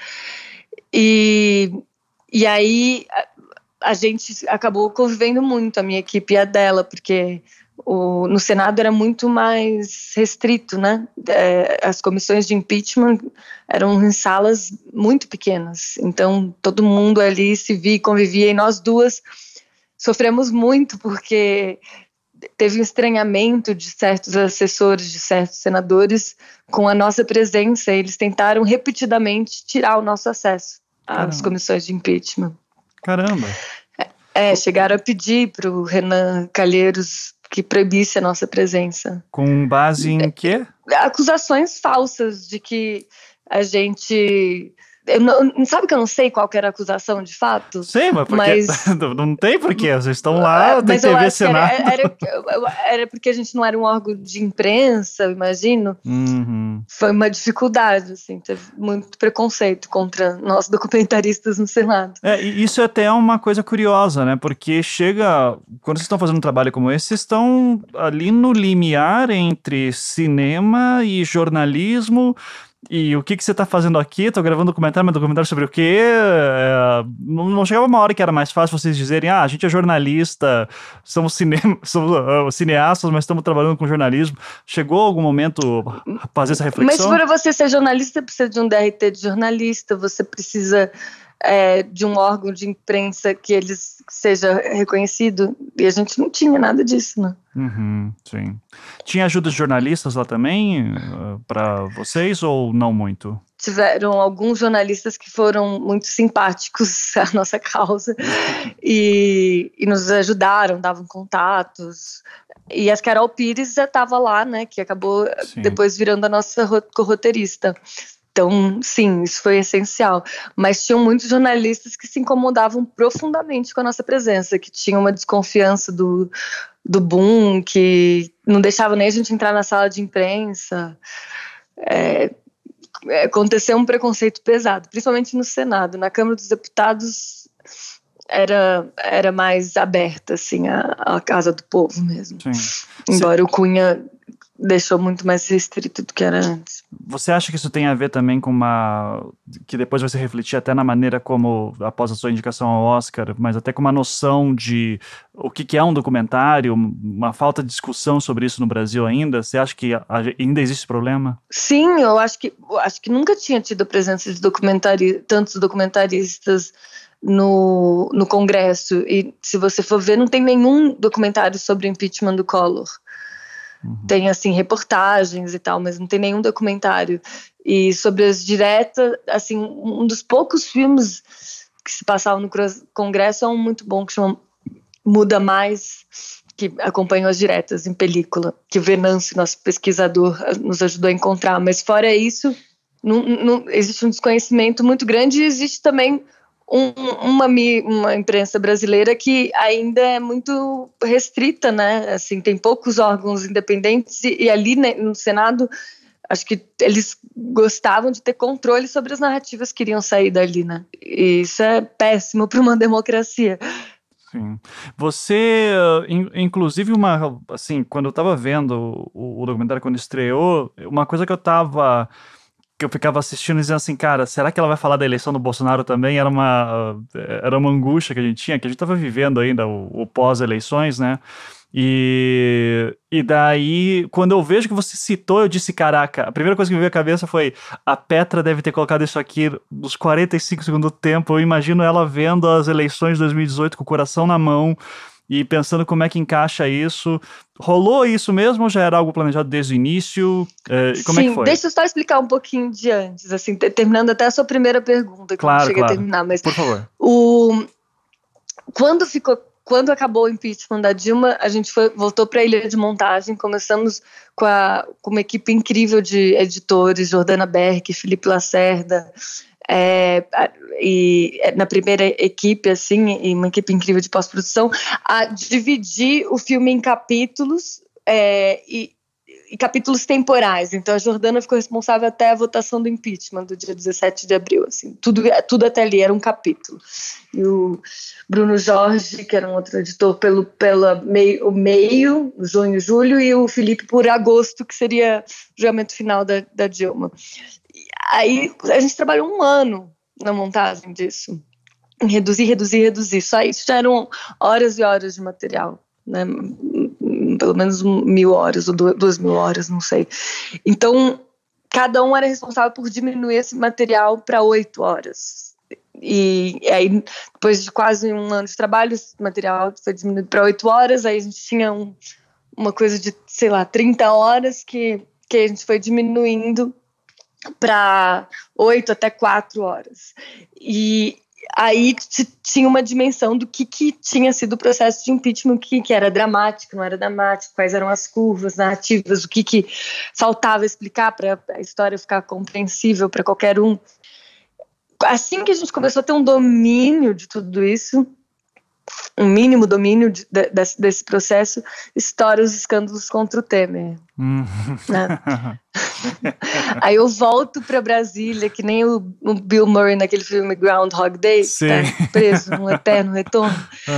E aí a gente acabou convivendo muito, a minha equipe e a dela, porque no Senado era muito mais restrito, né? As comissões de impeachment eram em salas muito pequenas, então todo mundo ali se via e convivia, e nós duas sofremos muito, porque teve um estranhamento de certos assessores, de certos senadores com a nossa presença. Eles tentaram repetidamente tirar o nosso acesso às comissões de impeachment.
Caramba!
Chegaram a pedir para o Renan Calheiros que proibisse a nossa presença.
Com base em quê?
Acusações falsas de que a gente... sabe que eu não sei qual que era a acusação de fato?
Sei, mas não tem porquê, vocês estão lá, tem TV Senado.
Era porque a gente não era um órgão de imprensa, eu imagino. Foi uma dificuldade, assim, teve muito preconceito contra nós documentaristas no Senado.
E isso é até uma coisa curiosa, né? Porque quando vocês estão fazendo um trabalho como esse, vocês estão ali no limiar entre cinema e jornalismo. E o que você tá fazendo aqui? Tô gravando documentário, mas documentário sobre o quê? Não chegava uma hora que era mais fácil vocês dizerem, a gente é jornalista, somos cineastas, mas estamos trabalhando com jornalismo. Chegou algum momento a fazer essa reflexão?
Mas para você ser jornalista, você precisa de um DRT de jornalista, você precisa de um órgão de imprensa que seja reconhecido, e a gente não tinha nada disso, né?
Sim. Tinha ajuda de jornalistas lá também para vocês ou não muito?
Tiveram alguns jornalistas que foram muito simpáticos à nossa causa e nos ajudaram, davam contatos. E a Carol Pires já estava lá, né? Que acabou depois virando a nossa corroteirista. Então, sim, isso foi essencial. Mas tinham muitos jornalistas que se incomodavam profundamente com a nossa presença, que tinham uma desconfiança do boom, que não deixava nem a gente entrar na sala de imprensa. Aconteceu um preconceito pesado, principalmente no Senado. Na Câmara dos Deputados era mais aberta, assim, a casa do povo mesmo.
Sim.
Embora o Cunha deixou muito mais restrito do que era antes.
Você acha que isso tem a ver também com que depois vai se refletir até na maneira como, após a sua indicação ao Oscar, mas até com uma noção de o que é um documentário, uma falta de discussão sobre isso no Brasil ainda? Você acha que ainda existe esse problema?
Sim, eu acho que nunca tinha tido a presença de tantos documentaristas no Congresso. E se você for ver, não tem nenhum documentário sobre o impeachment do Collor. Tem, assim, reportagens e tal, mas não tem nenhum documentário. E sobre as diretas, assim, um dos poucos filmes que se passavam no Congresso é um muito bom, que chama Muda Mais, que acompanhou as diretas em película, que o Venâncio, nosso pesquisador, nos ajudou a encontrar. Mas fora isso, não existe um desconhecimento muito grande, e existe também uma imprensa brasileira que ainda é muito restrita, né? Assim, tem poucos órgãos independentes e ali, né, no Senado, acho que eles gostavam de ter controle sobre as narrativas que iriam sair dali, né? E isso é péssimo para uma democracia.
Sim. Você, inclusive, assim, quando eu tava vendo o documentário quando estreou, uma coisa que eu ficava assistindo e dizendo assim, cara, será que ela vai falar da eleição do Bolsonaro também? Era uma angústia que a gente tinha, que a gente tava vivendo ainda o pós-eleições, né? E daí, quando eu vejo que você citou, eu disse, caraca, a primeira coisa que me veio à cabeça foi, a Petra deve ter colocado isso aqui nos 45 segundos do tempo. Eu imagino ela vendo as eleições de 2018 com o coração na mão e pensando como é que encaixa isso. Rolou isso mesmo ou já era algo planejado desde o início? Como é que foi?
Deixa eu só explicar um pouquinho de antes, assim, terminando até a sua primeira pergunta, que eu não cheguei a terminar, mas
por favor.
Quando acabou o impeachment da Dilma, a gente voltou para a ilha de montagem, começamos com uma equipe incrível de editores, Jordana Berck, Felipe Lacerda, e na primeira equipe, assim, e uma equipe incrível de pós-produção, a dividir o filme em capítulos e capítulos temporais. Então a Jordana ficou responsável até a votação do impeachment do dia 17 de abril, assim, tudo até ali era um capítulo. E o Bruno Jorge, que era um outro editor, pelo meio, junho, julho, e o Felipe por agosto, que seria o julgamento final da Dilma. E aí a gente trabalhou 1 ano na montagem disso, em reduzir, só isso já eram horas e horas de material, né? Pelo menos 1.000 horas ou 2.000 horas, não sei. Então, cada um era responsável por diminuir esse material para 8 horas. E aí, depois de quase 1 ano de trabalho, esse material foi diminuído para 8 horas, aí a gente tinha uma coisa de, sei lá, 30 horas que a gente foi diminuindo para 8 até 4 horas. E aí tinha uma dimensão do que tinha sido o processo de impeachment, o que era dramático, não era dramático, quais eram as curvas narrativas, o que faltava explicar para a história ficar compreensível para qualquer um. Assim que a gente começou a ter um domínio de tudo isso, um mínimo domínio desse processo, estoura os escândalos contra o Temer. Né? Aí eu volto para Brasília, que nem o Bill Murray naquele filme Groundhog Day, tá preso num eterno retorno.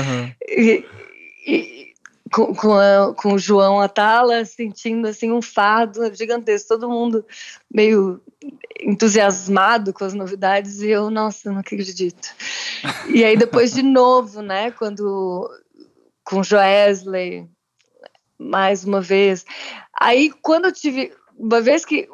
Com o João Atala sentindo assim um fardo gigantesco, todo mundo meio entusiasmado com as novidades, e eu, nossa, não acredito. E aí depois de novo, né, com Joesley, mais uma vez. Aí quando eu tive, uma vez que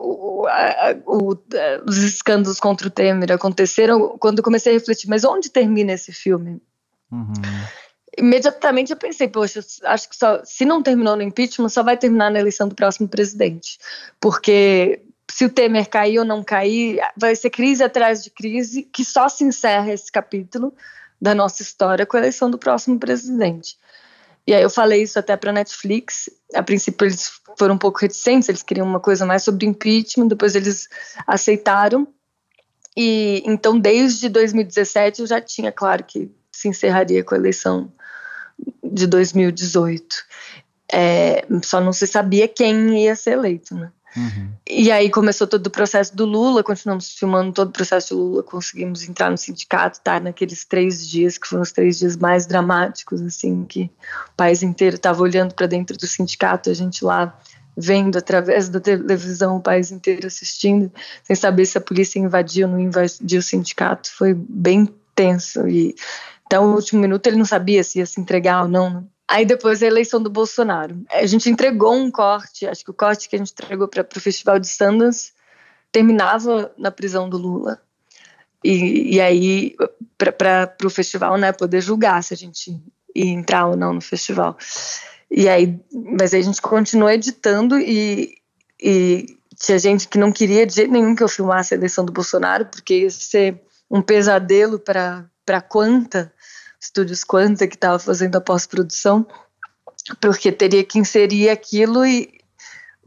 os escândalos contra o Temer aconteceram, quando eu comecei a refletir, mas onde termina esse filme? Imediatamente eu pensei, poxa, acho que se não terminou no impeachment, só vai terminar na eleição do próximo presidente, porque se o Temer cair ou não cair, vai ser crise atrás de crise, que só se encerra esse capítulo da nossa história com a eleição do próximo presidente. E aí eu falei isso até para a Netflix. A princípio eles foram um pouco reticentes, eles queriam uma coisa mais sobre impeachment, depois eles aceitaram. E então desde 2017 eu já tinha claro que se encerraria com a eleição de 2018. Só não se sabia quem ia ser eleito, né? E aí começou todo o processo do Lula, continuamos filmando todo o processo do Lula, conseguimos entrar no sindicato, tá? Naqueles 3 dias, que foram os 3 dias mais dramáticos, assim, que o país inteiro estava olhando para dentro do sindicato, a gente lá vendo através da televisão, o país inteiro assistindo, sem saber se a polícia invadiu ou não invadiu o sindicato. Foi bem tenso, e até o último minuto ele não sabia se ia se entregar ou não, né? Aí depois a eleição do Bolsonaro. A gente entregou um corte, acho que o corte que a gente entregou para o Festival de Sundance terminava na prisão do Lula. E aí, para o festival, né, poder julgar se a gente ia entrar ou não no festival. E aí, mas aí a gente continuou editando e tinha gente que não queria de jeito nenhum que eu filmasse a eleição do Bolsonaro, porque ia ser um pesadelo para Quanta, Estúdios Quanta, que estava fazendo a pós-produção, porque teria que inserir aquilo e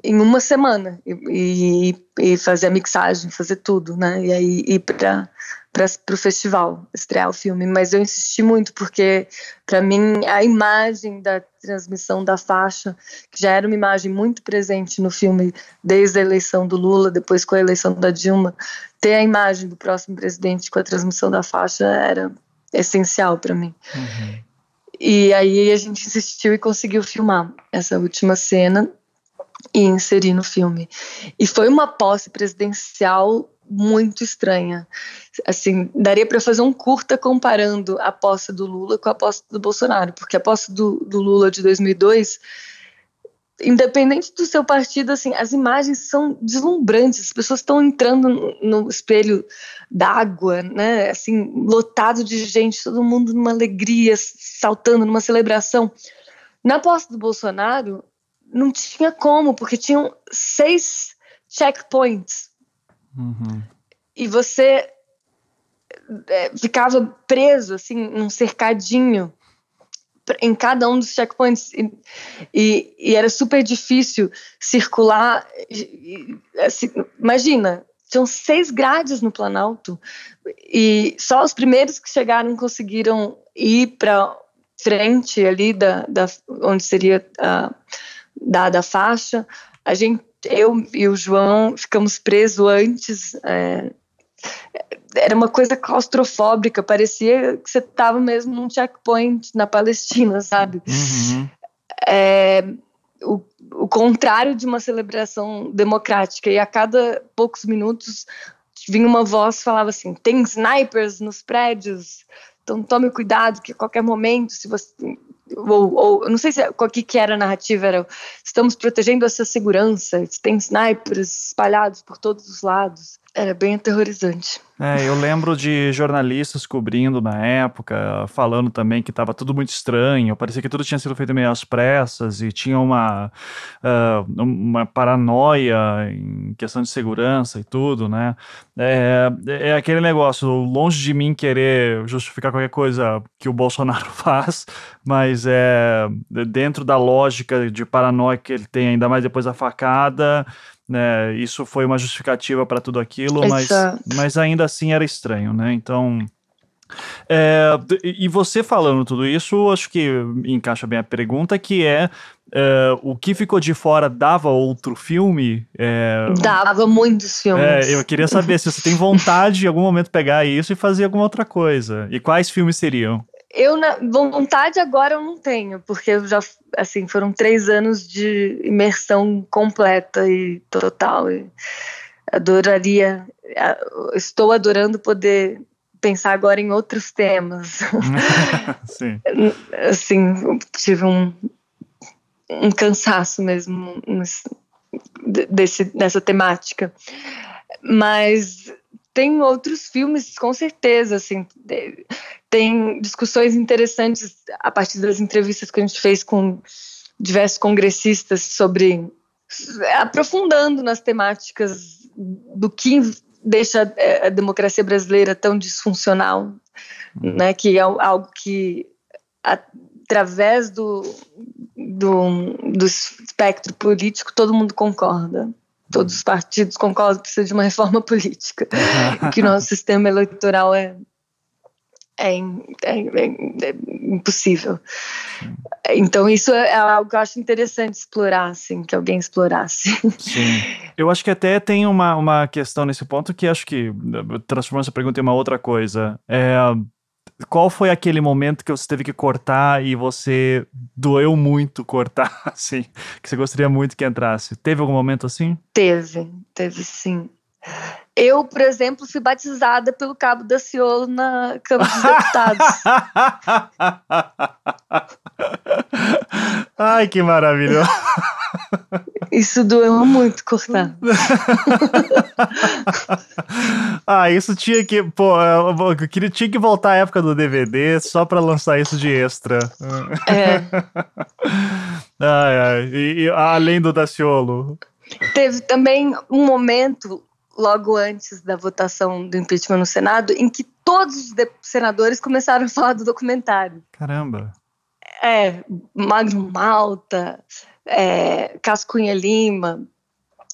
em uma semana e fazer a mixagem, fazer tudo, né? E aí ir para o festival, estrear o filme. Mas eu insisti muito porque, para mim, a imagem da transmissão da faixa, que já era uma imagem muito presente no filme desde a eleição do Lula, depois com a eleição da Dilma, ter a imagem do próximo presidente com a transmissão da faixa era essencial para mim.
Uhum.
E aí a gente insistiu e conseguiu filmar essa última cena e inserir no filme. E foi uma posse presidencial muito estranha. Assim, daria para fazer um curta comparando a posse do Lula com a posse do Bolsonaro, porque a posse do Lula de 2002, independente do seu partido, assim, as imagens são deslumbrantes, as pessoas estão entrando no espelho d'água, né, assim, lotado de gente, todo mundo numa alegria, saltando numa celebração. Na posse do Bolsonaro, não tinha como, porque tinham 6 checkpoints.
Uhum.
E você ficava preso, assim, num cercadinho em cada um dos checkpoints e era super difícil circular. Assim, imagina, tinham 6 grades no Planalto e só os primeiros que chegaram conseguiram ir para frente ali onde seria dada a faixa. Eu e o João ficamos presos antes. Era uma coisa claustrofóbica, parecia que você estava mesmo num checkpoint na Palestina, sabe?
Uhum.
O contrário de uma celebração democrática, e a cada poucos minutos vinha uma voz que falava assim: tem snipers nos prédios, então tome cuidado que a qualquer momento, se você... Ou não sei o que era a narrativa, era estamos protegendo essa segurança, tem snipers espalhados por todos os lados. Era bem aterrorizante.
Eu lembro de jornalistas cobrindo na época, falando também que estava tudo muito estranho, parecia que tudo tinha sido feito meio às pressas e tinha uma paranoia em questão de segurança e tudo, né? É aquele negócio, longe de mim querer justificar qualquer coisa que o Bolsonaro faz, mas dentro da lógica de paranoia que ele tem, ainda mais depois da facada, né, isso foi uma justificativa para tudo aquilo, mas ainda assim era estranho, né? Então, e você falando tudo isso, acho que encaixa bem a pergunta, que o que ficou de fora dava outro filme?
Dava muitos filmes.
Eu queria saber se você tem vontade de em algum momento pegar isso e fazer alguma outra coisa. E quais filmes seriam?
Vontade agora eu não tenho, porque eu já, assim, foram 3 anos de imersão completa e total. E estou adorando poder pensar agora em outros temas.
Sim.
Assim, eu tive um cansaço mesmo dessa temática. Mas tem outros filmes, com certeza, assim, tem discussões interessantes a partir das entrevistas que a gente fez com diversos congressistas sobre, aprofundando nas temáticas do que deixa a democracia brasileira tão disfuncional, né, que é algo que, através do espectro político, todo mundo concorda. Todos os partidos concordam que precisa de uma reforma política, que o nosso sistema eleitoral é impossível. Então isso é algo que eu acho interessante explorar, assim, que alguém explorasse.
Sim. Eu acho que até tem uma questão nesse ponto que acho que, transformando essa pergunta em uma outra coisa, qual foi aquele momento que você teve que cortar e você doeu muito cortar, assim, que você gostaria muito que entrasse? Teve algum momento assim? Teve
sim. Eu, por exemplo, fui batizada pelo Cabo Daciolo na Câmara dos Deputados.
Ai, que maravilhoso.
Isso doeu muito cortar.
Isso tinha que... tinha que voltar à época do DVD só pra lançar isso de extra. E além do Daciolo.
Teve também um momento, logo antes da votação do impeachment no Senado, em que todos os senadores começaram a falar do documentário.
Caramba.
Magno Malta, Cássio Cunha Lima,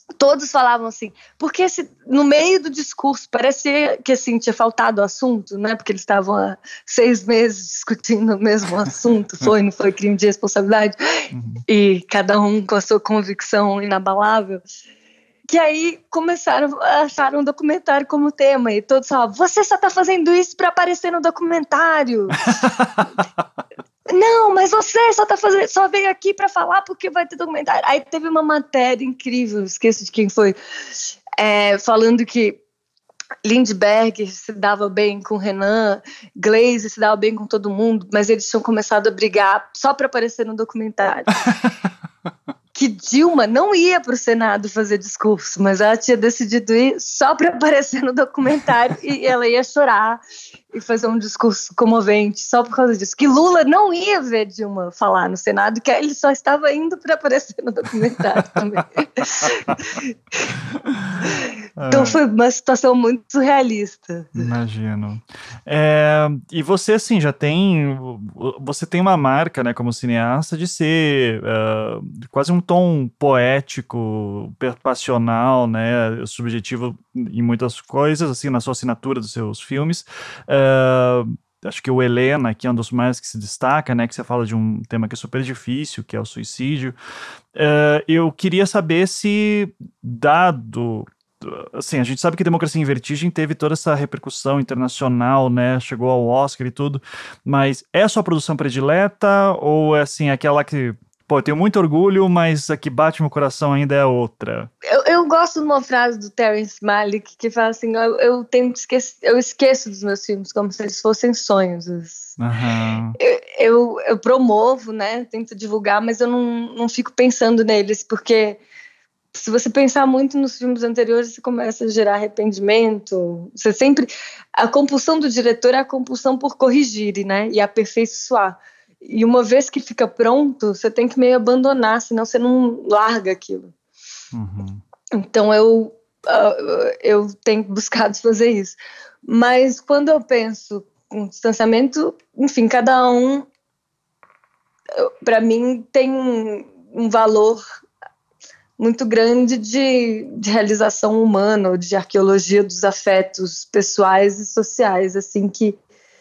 todos falavam assim, porque no meio do discurso parecia que assim, tinha faltado o assunto, né? Porque eles estavam há 6 meses discutindo o mesmo assunto, não foi crime de responsabilidade, e cada um com a sua convicção inabalável. Que aí começaram a achar um documentário como tema, e todos falavam, você só tá fazendo isso para aparecer no documentário. Não, mas você só veio aqui para falar porque vai ter documentário. Aí teve uma matéria incrível, esqueço de quem foi, falando que Lindbergh se dava bem com Renan, Glaze se dava bem com todo mundo, mas eles tinham começado a brigar só para aparecer no documentário. Que Dilma não ia para o Senado fazer discurso, mas ela tinha decidido ir só para aparecer no documentário e ela ia chorar e fazer um discurso comovente só por causa disso. Que Lula não ia ver Dilma falar no Senado, que ele só estava indo para aparecer no documentário também. Então foi uma situação muito surrealista.
Imagino. E você, assim, você tem uma marca, né, como cineasta, de ser quase um tom poético, passional, né, subjetivo em muitas coisas, assim, na sua assinatura dos seus filmes. Acho que o Helena, que é um dos mais que se destaca, né, que você fala de um tema que é super difícil, que é o suicídio. Eu queria saber se, assim, a gente sabe que Democracia em Vertigem teve toda essa repercussão internacional, né, chegou ao Oscar e tudo, mas é a sua produção predileta ou é, assim, aquela que, eu tenho muito orgulho, mas a que bate meu coração ainda é outra?
Eu gosto de uma frase do Terrence Malick que fala assim, eu esqueço dos meus filmes como se eles fossem sonhos.
Uhum.
Eu promovo, né, tento divulgar, mas eu não fico pensando neles, porque se você pensar muito nos filmes anteriores, você começa a gerar arrependimento. A compulsão do diretor é a compulsão por corrigir, né, e aperfeiçoar. E uma vez que fica pronto, você tem que meio abandonar, senão você não larga aquilo.
Uhum.
Então eu tenho buscado fazer isso. Mas quando eu penso com distanciamento, enfim, cada um, para mim, tem um valor muito grande de realização humana, ou de arqueologia dos afetos pessoais e sociais, assim, que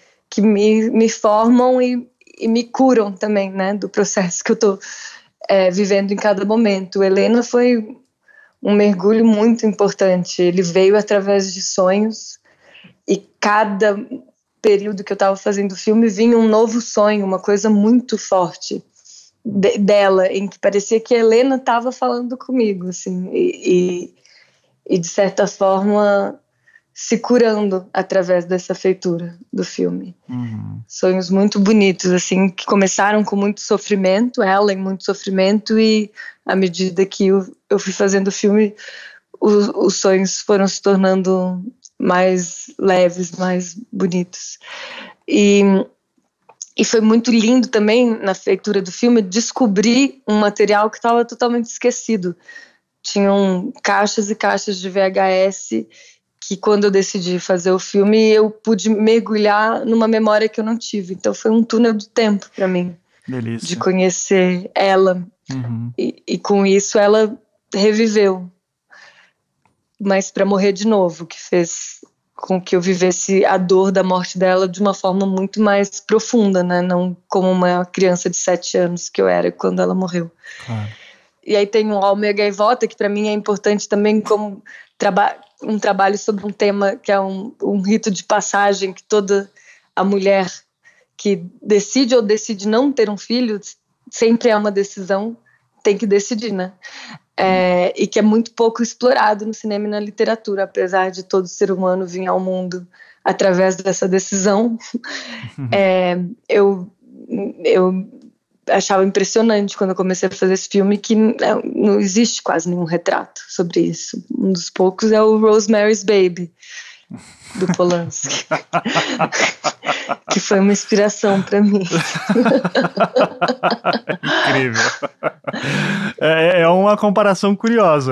me formam e me curam também, né, do processo que eu estou vivendo em cada momento. Helena foi um mergulho muito importante. Ele veio através de sonhos, e cada período que eu estava fazendo o filme vinha um novo sonho, uma coisa muito forte dela, em que parecia que a Helena estava falando comigo, assim, e de certa forma se curando através dessa feitura do filme.
Uhum.
Sonhos muito bonitos, assim, que começaram com muito sofrimento, ela em muito sofrimento, e à medida que eu fui fazendo o filme, os sonhos foram se tornando mais leves, mais bonitos. E foi muito lindo também, na feitura do filme, descobrir um material que estava totalmente esquecido. Tinham caixas e caixas de VHS que, quando eu decidi fazer o filme, eu pude mergulhar numa memória que eu não tive. Então foi um túnel do tempo para mim.
Delícia.
De conhecer ela.
Uhum.
E com isso ela reviveu. Mas para morrer de novo, que fez com que eu vivesse a dor da morte dela de uma forma muito mais profunda, né? Não como uma criança de 7 anos que eu era quando ela morreu.
Claro.
E aí tem o Alma e a Gaivota, que para mim é importante também como um trabalho sobre um tema que é um rito de passagem, que toda a mulher que decide ou decide não ter um filho, sempre é uma decisão, tem que decidir, né? E que é muito pouco explorado no cinema e na literatura, apesar de todo ser humano vir ao mundo através dessa decisão. Eu achava impressionante quando eu comecei a fazer esse filme que não existe quase nenhum retrato sobre isso. Um dos poucos é o Rosemary's Baby, do Polanski, que foi uma inspiração para mim.
Incrível. É uma comparação curiosa.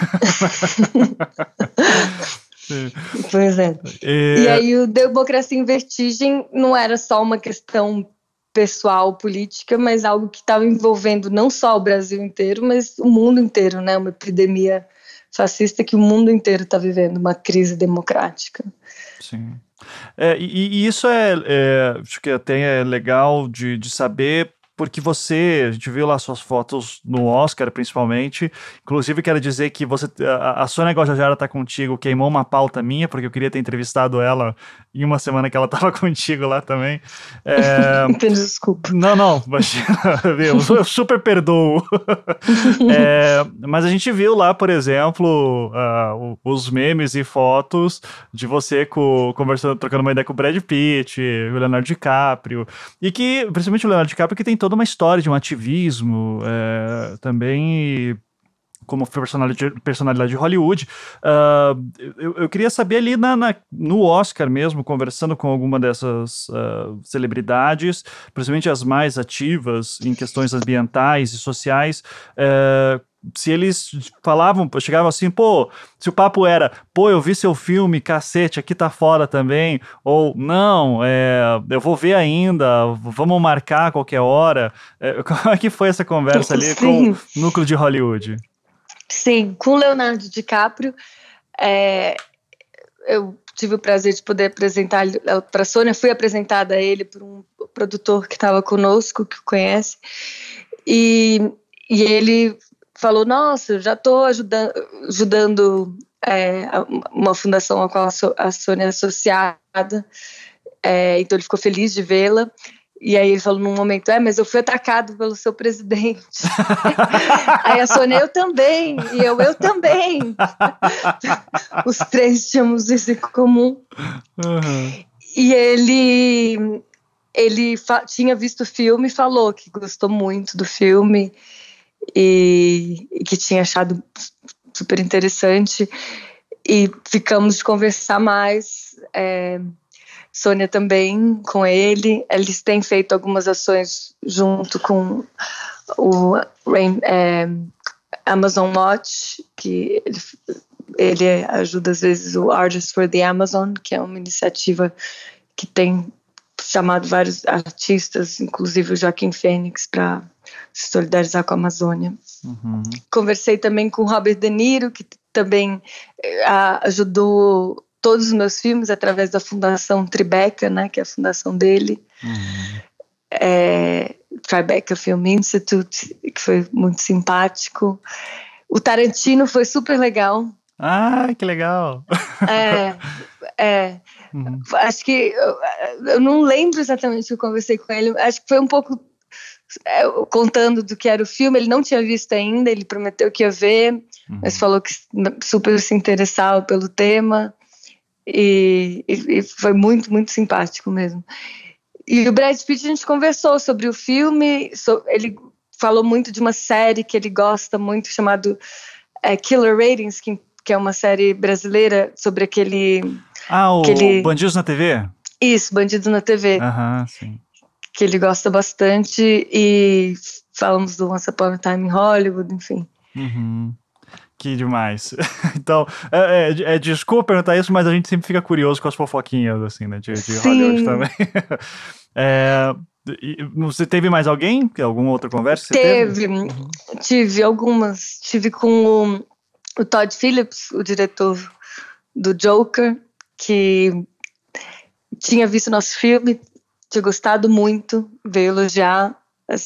Pois é. E aí o Democracia em Vertigem não era só uma questão pessoal, política, mas algo que estava envolvendo não só o Brasil inteiro, mas o mundo inteiro, né? Uma epidemia fascista que o mundo inteiro está vivendo, uma crise democrática.
Sim. E isso acho que até é legal de saber, porque a gente viu lá suas fotos no Oscar, principalmente. Inclusive, quero dizer que a Sônia Guajajara tá contigo, queimou uma pauta minha, porque eu queria ter entrevistado ela em uma semana que ela tava contigo lá também.
Desculpa.
Não, imagina, eu super perdoo. Mas a gente viu lá, por exemplo, os memes e fotos de você conversando, trocando uma ideia com o Brad Pitt, o Leonardo DiCaprio, e que, principalmente o Leonardo DiCaprio, que tem toda uma história de um ativismo, também como personalidade de Hollywood. Eu queria saber ali no Oscar mesmo, conversando com alguma dessas celebridades, principalmente as mais ativas em questões ambientais e sociais, se eles chegavam assim, se o papo era, eu vi seu filme, cacete, aqui tá fora também, ou não, eu vou ver ainda, vamos marcar a qualquer hora. Como é que foi essa conversa ali
Sim.
com o núcleo de Hollywood?
Sim, com Leonardo DiCaprio, eu tive o prazer de poder apresentar para a Sônia, fui apresentada a ele por um produtor que estava conosco, que o conhece, e ele falou, nossa, eu já estou ajudando uma fundação a qual a Sônia é associada, então ele ficou feliz de vê-la. E aí ele falou num momento, mas eu fui atacado pelo seu presidente. Aí a Sônia, eu também, e eu também. Os três tínhamos isso em comum.
Uhum.
E ele tinha visto o filme e falou que gostou muito do filme e que tinha achado super interessante. E ficamos de conversar mais. Sônia também, com ele. Eles têm feito algumas ações junto com o Amazon Watch, que ele ajuda às vezes o Artists for the Amazon, que é uma iniciativa que tem chamado vários artistas, inclusive o Joaquim Fênix, para se solidarizar com a Amazônia.
Uhum.
Conversei também com o Robert De Niro, que também ajudou todos os meus filmes através da Fundação Tribeca, né, que é a fundação dele.
Uhum.
Tribeca Film Institute, que foi muito simpático. O Tarantino foi super legal.
Ah, que legal!
Uhum. Acho que eu não lembro exatamente o que eu conversei com ele. Acho que foi um pouco contando do que era o filme. Ele não tinha visto ainda, ele prometeu que ia ver, mas falou que super se interessava pelo tema. E foi muito, muito simpático mesmo. E o Brad Pitt, a gente conversou sobre o filme, ele falou muito de uma série que ele gosta muito, chamado Killer Ratings, que é uma série brasileira sobre aquele...
Bandidos na TV?
Isso, Bandidos na TV.
Sim.
Que ele gosta bastante, e falamos do Once Upon a Time in Hollywood, enfim.
Uhum. Que demais. Então, desculpa perguntar isso, mas a gente sempre fica curioso com as fofoquinhas, assim, né, de Hollywood também. Você teve mais alguém? Alguma outra conversa que você teve?
Tive algumas. Tive com o Todd Phillips, o diretor do Joker, que tinha visto nosso filme, tinha gostado muito, veio elogiar,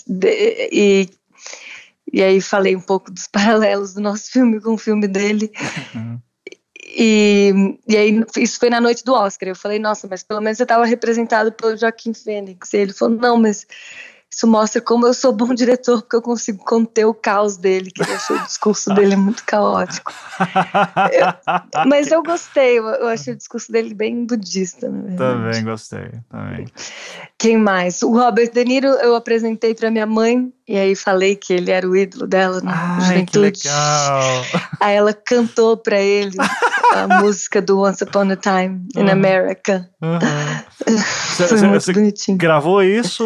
e aí falei um pouco dos paralelos do nosso filme com o filme dele. Uhum. E aí isso foi na noite do Oscar. Eu falei, nossa, mas pelo menos você estava representado pelo Joaquim Fênix. E ele falou, não, mas isso mostra como eu sou bom diretor, porque eu consigo conter o caos dele, que ele achou o discurso dele muito caótico. Mas eu gostei, eu achei o discurso dele bem budista, na verdade.
Também gostei, também.
Quem mais? O Robert De Niro eu apresentei para minha mãe, e aí falei que ele era o ídolo dela na juventude.
Que legal!
Aí ela cantou para ele a música do Once Upon a Time in America. Foi muito bonitinho.
Gravou isso?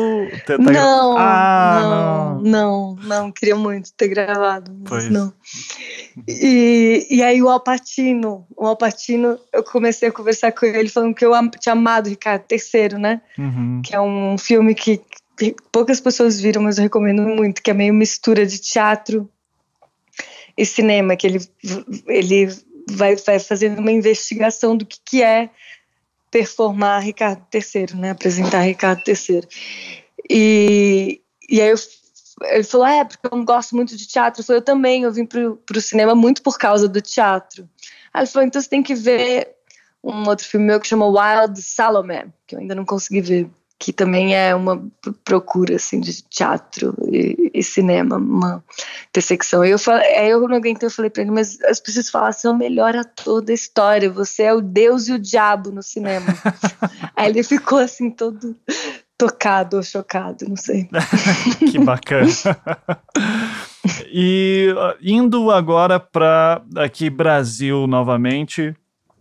Não, queria muito ter gravado, mas
pois.
Não. E aí o Al Pacino, eu comecei a conversar com ele falando que eu tinha amado Ricardo III, né?
Uhum.
Que é um filme que poucas pessoas viram, mas eu recomendo muito, que é meio mistura de teatro e cinema, que ele vai fazendo uma investigação do que é performar Ricardo III, né? Apresentar Ricardo III. E aí ele falou, porque eu não gosto muito de teatro. Eu falei, eu também, eu vim pro cinema muito por causa do teatro. Aí ele falou, então você tem que ver um outro filme meu que chama Wild Salome, que eu ainda não consegui ver, que também é uma procura assim, de teatro e cinema, uma intersecção. Aí eu não aguentei, eu falei pra ele, mas as pessoas falam assim, é o melhor ator da história, você é o Deus e o diabo no cinema. Aí ele ficou assim, todo tocado ou chocado, não sei.
Que bacana. E indo agora para aqui Brasil novamente,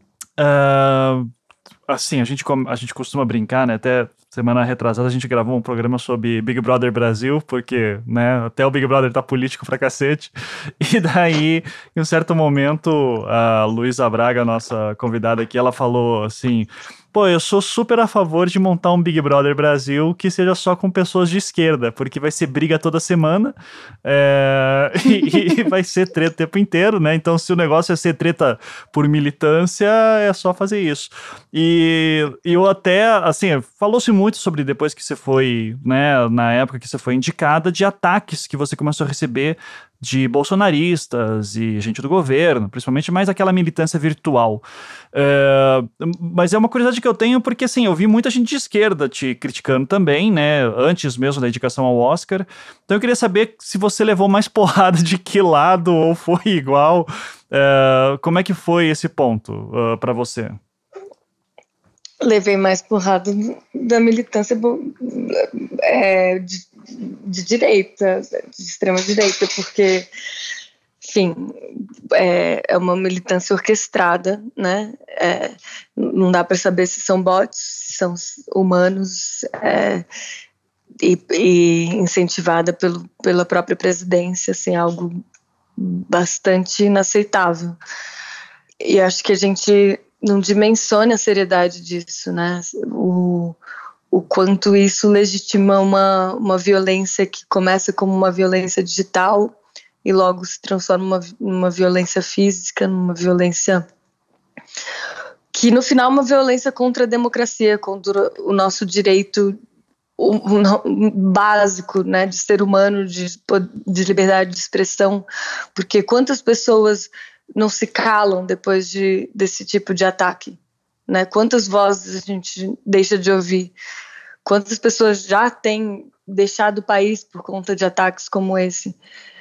assim, a gente costuma brincar, né, até semana retrasada a gente gravou um programa sobre Big Brother Brasil, porque, né, até o Big Brother tá político pra cacete, e daí, em um certo momento, a Luísa Braga, nossa convidada aqui, ela falou assim, pô, eu sou super a favor de montar um Big Brother Brasil que seja só com pessoas de esquerda, porque vai ser briga toda semana, e vai ser treta o tempo inteiro, né, então se o negócio é ser treta por militância, é só fazer isso. E eu até, assim, falou-se muito sobre depois que você foi, né, na época que você foi indicada, de ataques que você começou a receber de bolsonaristas e gente do governo, principalmente mais aquela militância virtual. Mas é uma curiosidade que eu tenho porque, assim, eu vi muita gente de esquerda te criticando também, né, antes mesmo da indicação ao Oscar. Então eu queria saber se você levou mais porrada de que lado ou foi igual. Como é que foi esse ponto para você?
Levei mais porrada da militância de direita, de extrema direita, porque, enfim, é uma militância orquestrada, né? Não dá para saber se são bots, se são humanos, e incentivada pela própria presidência, assim, algo bastante inaceitável. E acho que a gente não dimensiona a seriedade disso, né? O quanto isso legitima uma violência que começa como uma violência digital e logo se transforma numa violência física, numa violência que no final é uma violência contra a democracia, contra o nosso direito básico, né, de ser humano, de liberdade de expressão, porque quantas pessoas não se calam depois desse tipo de ataque, né? Quantas vozes a gente deixa de ouvir? Quantas pessoas já têm deixado o país por conta de ataques como esse?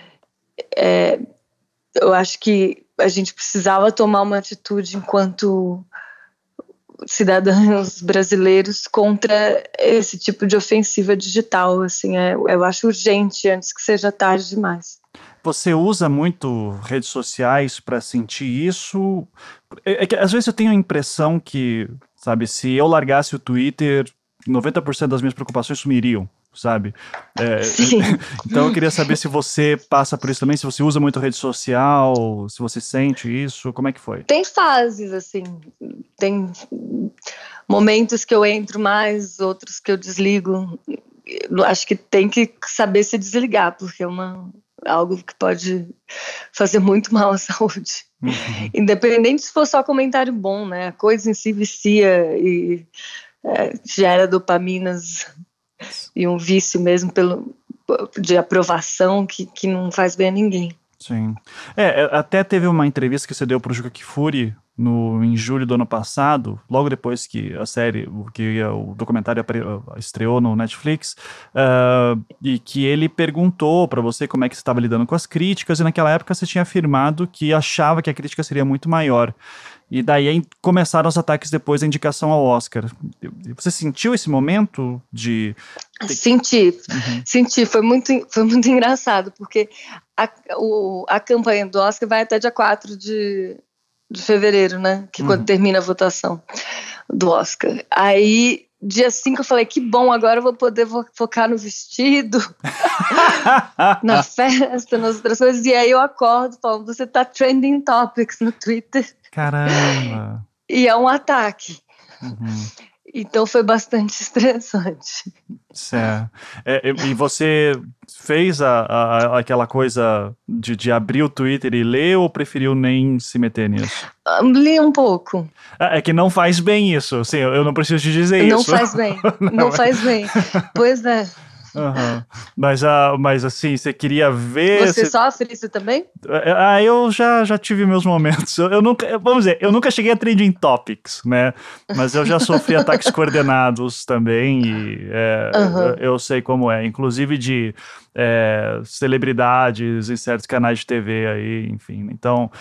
Eu acho que a gente precisava tomar uma atitude enquanto cidadãos brasileiros contra esse tipo de ofensiva digital. Assim, eu acho urgente antes que seja tarde demais.
Você usa muito redes sociais para sentir isso? Que, às vezes eu tenho a impressão que, sabe, se eu largasse o Twitter, 90% das minhas preocupações sumiriam, sabe? Então eu queria saber se você passa por isso também, se você usa muito rede social, se você sente isso, como é que foi?
Tem fases, assim, tem momentos que eu entro mais, outros que eu desligo. Eu acho que tem que saber se desligar, porque é algo que pode fazer muito mal à saúde. Uhum. Independente se for só comentário bom, né? A coisa em si vicia e gera dopaminas e um vício mesmo de aprovação que não faz bem a ninguém.
Sim. Até teve uma entrevista que você deu para o Juca Kfouri em julho do ano passado, logo depois que a série, o documentário estreou no Netflix, e que ele perguntou para você como é que você estava lidando com as críticas, e naquela época você tinha afirmado que achava que a crítica seria muito maior. E daí começaram os ataques depois da indicação ao Oscar. Você sentiu esse momento de...
Senti. Foi muito engraçado, porque a campanha do Oscar vai até dia 4 de fevereiro, né? Que quando termina a votação do Oscar. Aí, dia 5 eu falei, que bom, agora eu vou poder focar no vestido, na festa, nas outras coisas. E aí eu acordo falando, você tá trending topics no Twitter.
Caramba!
E é um ataque. Então foi bastante estressante.
Certo. E você fez aquela coisa de abrir o Twitter e ler ou preferiu nem se meter nisso?
Li um pouco.
É que não faz bem isso, assim, eu não preciso te dizer
Não
isso.
faz bem, não faz bem. Pois é.
Uhum. Mas assim, você queria ver...
Você sofre isso também?
Eu já tive meus momentos. Eu nunca, vamos dizer, eu nunca cheguei a trending topics, né? Mas eu já sofri ataques coordenados também e eu sei como é. Inclusive de celebridades em certos canais de TV aí, enfim. Então...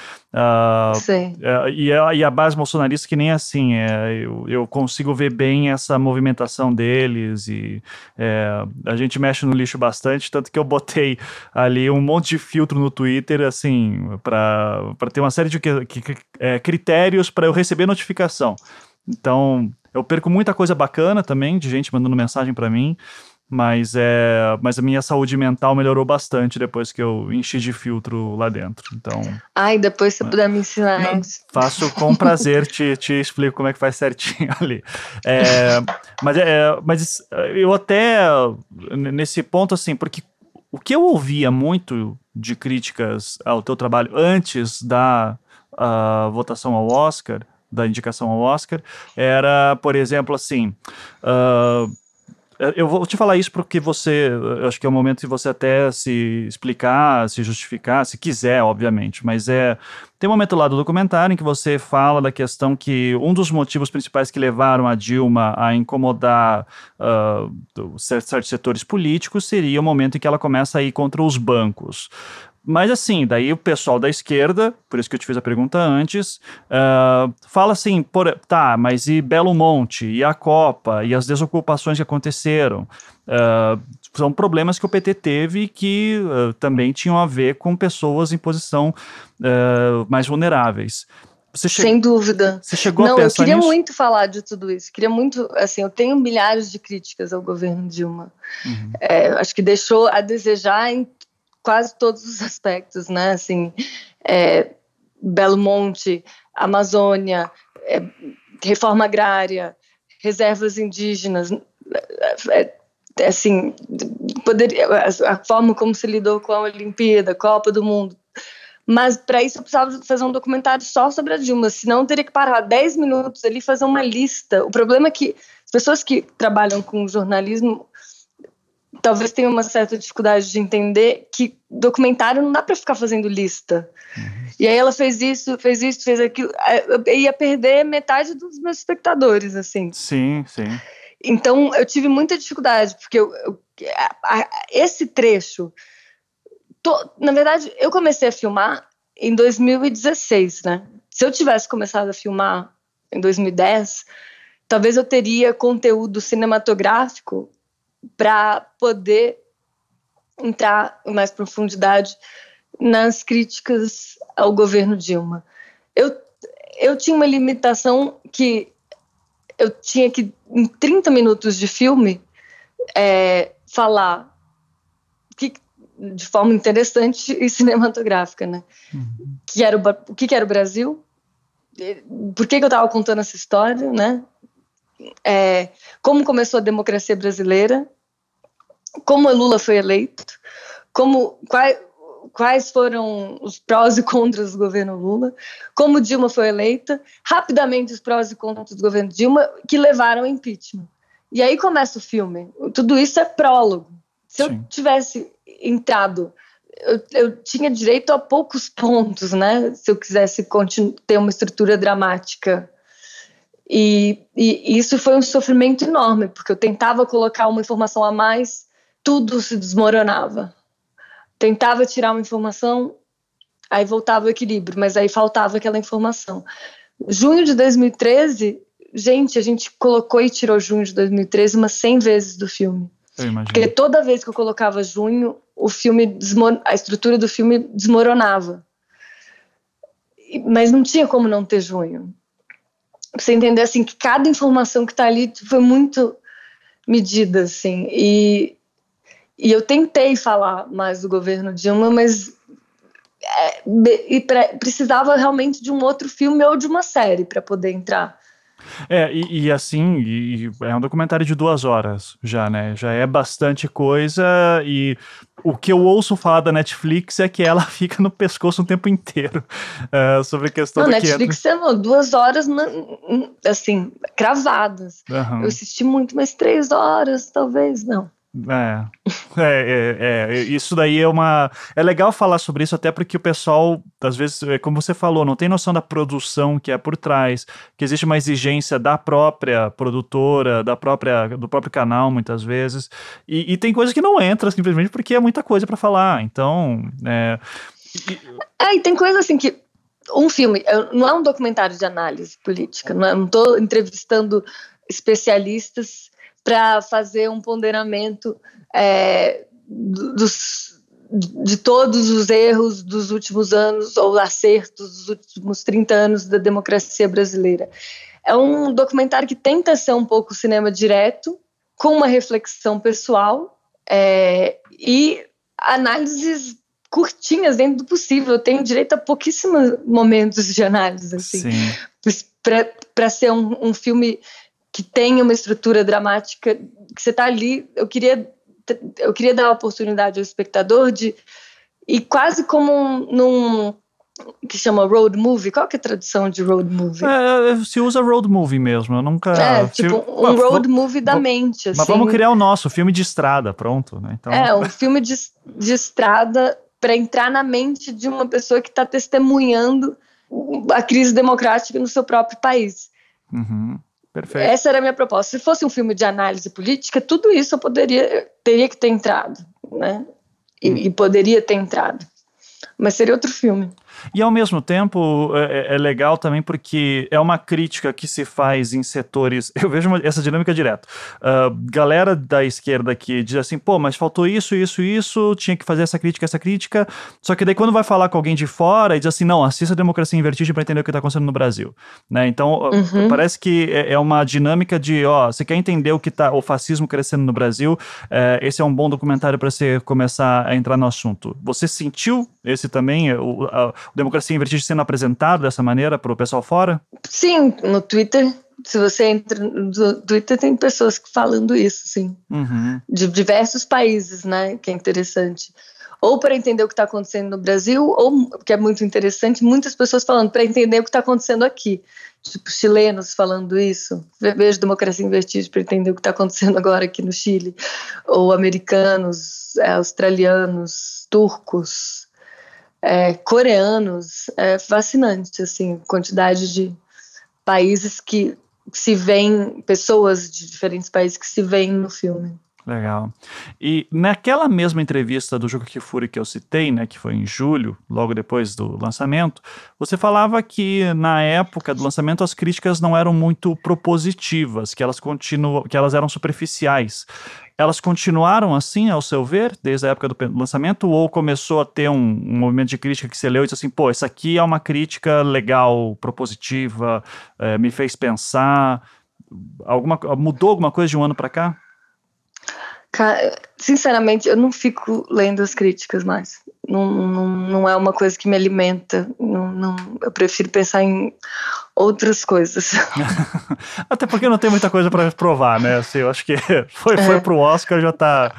E a base bolsonarista que nem assim, eu consigo ver bem essa movimentação deles e a gente mexe no lixo bastante, tanto que eu botei ali um monte de filtro no Twitter, assim, para ter uma série de critérios para eu receber notificação. Então, eu perco muita coisa bacana também, de gente mandando mensagem para mim, mas a minha saúde mental melhorou bastante depois que eu enchi de filtro lá dentro. Então,
depois você puder me ensinar isso.
Faço com prazer, te explico como é que faz certinho ali. Mas eu até, nesse ponto, assim, porque o que eu ouvia muito de críticas ao teu trabalho antes da votação ao Oscar, da indicação ao Oscar, era, por exemplo, assim... eu vou te falar isso porque eu acho que é o momento de você até se explicar, se justificar, se quiser, obviamente, mas tem um momento lá do documentário em que você fala da questão que um dos motivos principais que levaram a Dilma a incomodar certos setores políticos seria o momento em que ela começa a ir contra os bancos. Mas assim, daí o pessoal da esquerda, por isso que eu te fiz a pergunta antes, fala assim, mas e Belo Monte, e a Copa, e as desocupações que aconteceram? São problemas que o PT teve que também tinham a ver com pessoas em posição mais vulneráveis.
Sem dúvida.
Você chegou a pensar nisso?
Eu queria muito falar de tudo isso. Queria muito, assim, eu tenho milhares de críticas ao governo Dilma. Uhum. Acho que deixou a desejar em quase todos os aspectos, né? Assim, Belo Monte, Amazônia, reforma agrária, reservas indígenas, assim, a forma como se lidou com a Olimpíada, Copa do Mundo. Mas para isso eu precisava fazer um documentário só sobre a Dilma, senão eu teria que parar 10 minutos ali e fazer uma lista. O problema é que as pessoas que trabalham com jornalismo talvez tenha uma certa dificuldade de entender que documentário não dá para ficar fazendo lista. Uhum. E aí ela fez isso, fez aquilo. Eu ia perder metade dos meus espectadores, assim.
Sim, sim.
Então eu tive muita dificuldade, porque esse trecho... na verdade, eu comecei a filmar em 2016, né? Se eu tivesse começado a filmar em 2010, talvez eu teria conteúdo cinematográfico para poder entrar em mais profundidade nas críticas ao governo Dilma. Eu tinha uma limitação que eu tinha que, em 30 minutos de filme, falar de forma interessante e cinematográfica, né? Uhum. O que era o Brasil? Por que eu estava contando essa história, né? Como começou a democracia brasileira, como o Lula foi eleito, quais foram os prós e contras do governo Lula, como Dilma foi eleita, rapidamente os prós e contras do governo Dilma que levaram ao impeachment. E aí começa o filme. Tudo isso é prólogo. Se eu tivesse entrado, eu tinha direito a poucos pontos, né? Se eu quisesse ter uma estrutura dramática. E isso foi um sofrimento enorme, porque eu tentava colocar uma informação a mais, tudo se desmoronava. Tentava tirar uma informação, aí voltava o equilíbrio, mas aí faltava aquela informação. Junho de 2013, a gente colocou e tirou junho de 2013 umas 100 vezes do filme. Porque toda vez que eu colocava junho, a estrutura do filme desmoronava. Mas não tinha como não ter junho. Pra você entender, assim, que cada informação que está ali foi muito medida, assim. E eu tentei falar mais do governo Dilma, mas precisava realmente de um outro filme ou de uma série para poder entrar
E é um documentário de 2 horas já, né? Já é bastante coisa, e o que eu ouço falar da Netflix é que ela fica no pescoço o tempo inteiro sobre a questão do
Netflix é 2 horas, assim, cravadas.
Uhum.
Eu assisti muito, mas 3 horas, talvez, não.
Isso daí é legal falar sobre isso, até porque o pessoal, às vezes, como você falou, não tem noção da produção que é por trás, que existe uma exigência da própria produtora, do próprio canal, muitas vezes, e tem coisa que não entra simplesmente porque é muita coisa para falar, então...
E tem coisa assim que um filme não é um documentário de análise política, não estou entrevistando especialistas para fazer um ponderamento de todos os erros dos últimos anos ou acertos dos últimos 30 anos da democracia brasileira. É um documentário que tenta ser um pouco cinema direto, com uma reflexão pessoal e análises curtinhas dentro do possível. Eu tenho direito a pouquíssimos momentos de análise, assim, para ser um filme que tenha uma estrutura dramática, que você está ali. Eu queria dar a oportunidade ao espectador de ir quase como num que chama road movie. Qual que é a tradução de road movie?
Se usa road movie mesmo, eu nunca...
road movie da mente, assim.
Mas vamos criar o nosso, filme de estrada, pronto, né? Então...
um filme de estrada para entrar na mente de uma pessoa que está testemunhando a crise democrática no seu próprio país.
Uhum. Perfeito.
Essa era a minha proposta. Se fosse um filme de análise política, tudo isso eu teria que ter entrado, né? E poderia ter entrado. Mas seria outro filme.
E ao mesmo tempo é legal também porque é uma crítica que se faz em setores, eu vejo essa dinâmica direto, galera da esquerda que diz assim, pô, mas faltou isso, tinha que fazer essa crítica, só que daí quando vai falar com alguém de fora e diz assim, não, assista a Democracia em Vertigem para entender o que está acontecendo no Brasil, né? Então parece que é uma dinâmica de, você quer entender o fascismo crescendo no Brasil, esse é um bom documentário para você começar a entrar no assunto. Você sentiu esse também, o Democracia em Vertigem sendo apresentado dessa maneira para o pessoal fora?
Sim, no Twitter, se você entra no Twitter, tem pessoas falando isso, sim.
Uhum.
De diversos países, né, que é interessante. Ou para entender o que está acontecendo no Brasil, ou, que é muito interessante, muitas pessoas falando para entender o que está acontecendo aqui. Tipo, chilenos falando isso. Vejo Democracia em Vertigem para entender o que está acontecendo agora aqui no Chile. Ou americanos, australianos, turcos, coreanos. É fascinante, assim, quantidade de países que se veem, pessoas de diferentes países que se veem no filme.
Legal. E naquela mesma entrevista do Juca Kfouri que eu citei, né, que foi em julho, logo depois do lançamento, você falava que na época do lançamento as críticas não eram muito propositivas, que elas eram superficiais. Elas continuaram assim, ao seu ver, desde a época do lançamento, ou começou a ter um movimento de crítica que você leu e disse assim, pô, essa aqui é uma crítica legal, propositiva, me fez pensar, mudou alguma coisa de um ano para cá?
Sinceramente, eu não fico lendo as críticas mais. Não é uma coisa que me alimenta. Eu prefiro pensar em outras coisas.
Até porque não tem muita coisa para provar, né? Assim, eu acho que foi pro Oscar, já tá...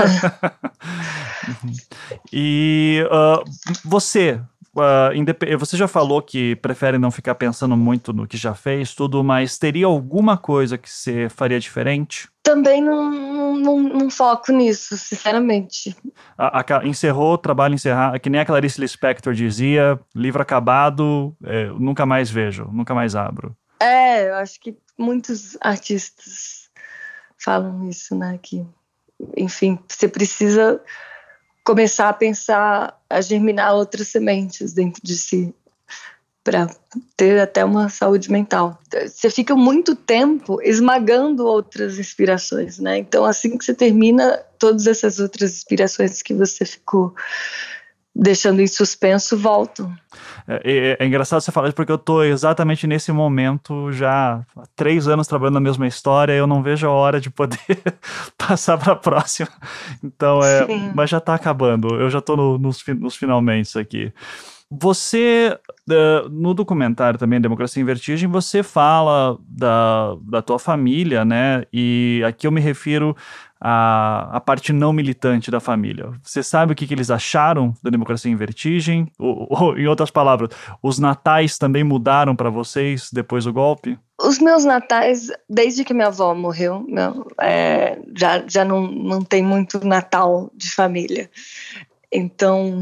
E você já falou que prefere não ficar pensando muito no que já fez, tudo, mas teria alguma coisa que você faria diferente?
Também não foco nisso, sinceramente.
Encerrou, trabalho encerrado, que nem a Clarice Lispector dizia, livro acabado, nunca mais vejo, nunca mais abro.
Eu acho que muitos artistas falam isso, né, que, enfim, você precisa começar a pensar, a germinar outras sementes dentro de si, para ter até uma saúde mental. Você fica muito tempo esmagando outras inspirações, né? Então, assim que você termina, todas essas outras inspirações que você ficou deixando em suspenso voltam.
É engraçado você falar isso porque eu tô exatamente nesse momento já há 3 anos trabalhando na mesma história e eu não vejo a hora de poder passar para a próxima. Então, mas já tá acabando. Eu já tô nos finalmente aqui. Você, no documentário também, Democracia em Vertigem, você fala da tua família, né? E aqui eu me refiro à parte não militante da família. Você sabe o que eles acharam da Democracia em Vertigem? Ou, em outras palavras, os natais também mudaram para vocês depois do golpe?
Os meus natais, desde que minha avó morreu, já não tem muito Natal de família. Então,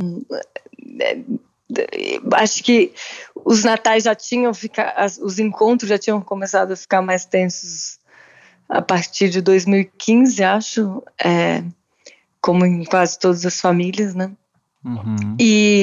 acho que os natais já tinham os encontros já tinham começado a ficar mais tensos a partir de 2015, acho, como em quase todas as famílias, né?
Uhum.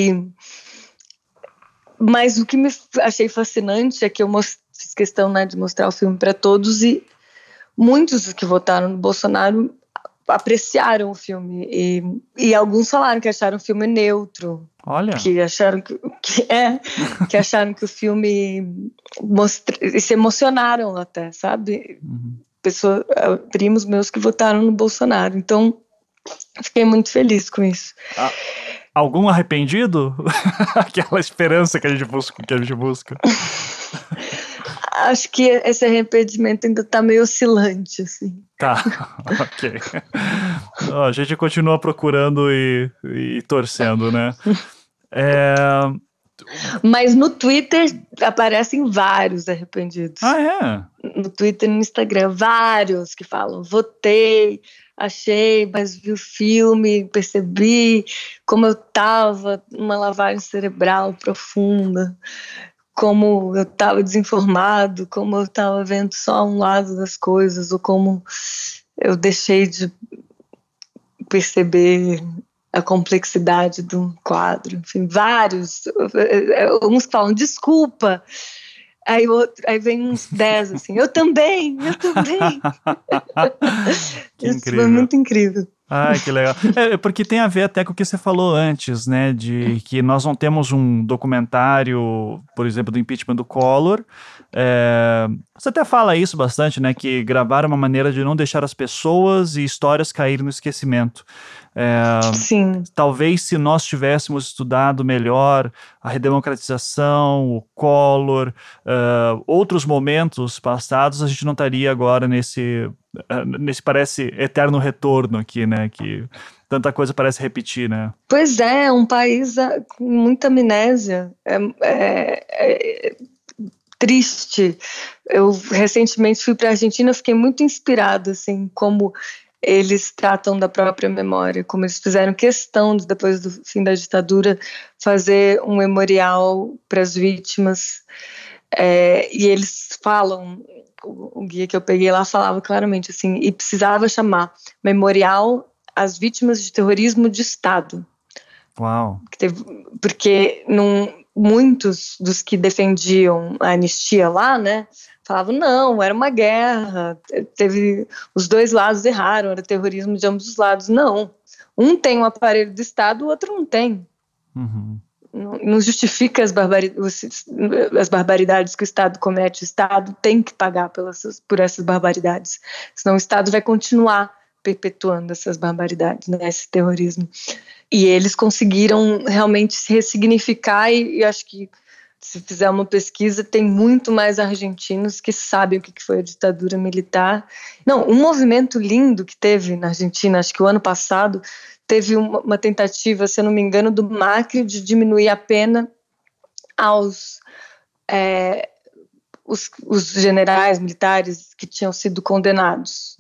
Mas o que me achei fascinante é que eu fiz questão, né, de mostrar o filme para todos, e muitos que votaram no Bolsonaro apreciaram o filme, e alguns falaram que acharam o filme neutro.
Olha.
Que acharam que acharam que o filme e se emocionaram até, sabe?
Uhum.
Primos meus que votaram no Bolsonaro. Então, fiquei muito feliz com isso.
Algum arrependido? Aquela esperança que a gente busca.
Acho que esse arrependimento ainda tá meio oscilante, assim.
Tá, ok. A gente continua procurando e torcendo, né?
Mas no Twitter aparecem vários arrependidos.
Ah, é?
No Twitter e no Instagram, vários que falam: votei, achei, mas vi o filme, percebi como eu tava numa lavagem cerebral profunda, como eu estava desinformado, como eu estava vendo só um lado das coisas, ou como eu deixei de perceber a complexidade do quadro. Enfim, vários. Uns falam desculpa, aí vem uns 10 assim, eu também. Isso foi muito incrível.
Ai, que legal. Porque tem a ver até com o que você falou antes, né, de que nós não temos um documentário, por exemplo, do impeachment do Collor. Você até fala isso bastante, né, que gravar é uma maneira de não deixar as pessoas e histórias caírem no esquecimento.
Sim.
Talvez se nós tivéssemos estudado melhor a redemocratização, o Collor, outros momentos passados, a gente não estaria agora nesse parece eterno retorno aqui, né, que tanta coisa parece repetir, né?
Pois é, um país com muita amnésia, triste. Eu recentemente fui para a Argentina, fiquei muito inspirada, assim, como eles tratam da própria memória, como eles fizeram questão, depois do fim da ditadura, fazer um memorial para as vítimas, e eles falam, o guia que eu peguei lá falava claramente assim, e precisava chamar Memorial às Vítimas de Terrorismo de Estado.
Uau!
Porque muitos dos que defendiam a anistia lá, né, falavam, não, era uma guerra, os dois lados erraram, era terrorismo de ambos os lados. Não, um tem um aparelho do Estado, o outro não tem.
Uhum.
Não justifica as barbaridades que o Estado comete. O Estado tem que pagar por essas barbaridades, senão o Estado vai continuar perpetuando essas barbaridades, né, esse terrorismo. E eles conseguiram realmente se ressignificar, e acho que se fizer uma pesquisa, tem muito mais argentinos que sabem o que foi a ditadura militar. Não, um movimento lindo que teve na Argentina, acho que o ano passado, teve uma tentativa, se eu não me engano, do Macri de diminuir a pena aos os generais militares que tinham sido condenados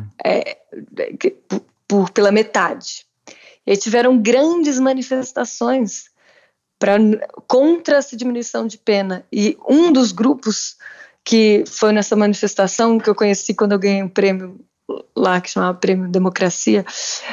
pela metade. E aí tiveram grandes manifestações contra essa diminuição de pena. E um dos grupos que foi nessa manifestação, que eu conheci quando eu ganhei um prêmio lá, que chamava Prêmio Democracia,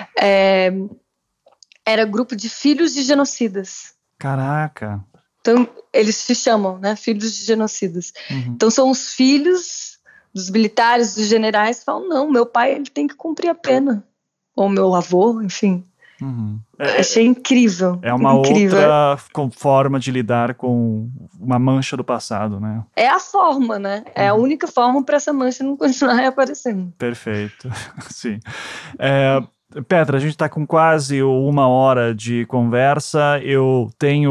era grupo de filhos de genocidas.
Caraca!
Então, eles se chamam, né, filhos de genocidas. Uhum. Então, são os filhos dos militares, dos generais, que falam, não, meu pai ele tem que cumprir a pena. Ou meu avô, enfim.
Uhum.
Achei incrível.
É uma outra forma de lidar com uma mancha do passado, né?
É a forma, né? É a única forma para essa mancha não continuar reaparecendo.
Perfeito, sim. Petra, a gente está com quase 1 hora de conversa. Eu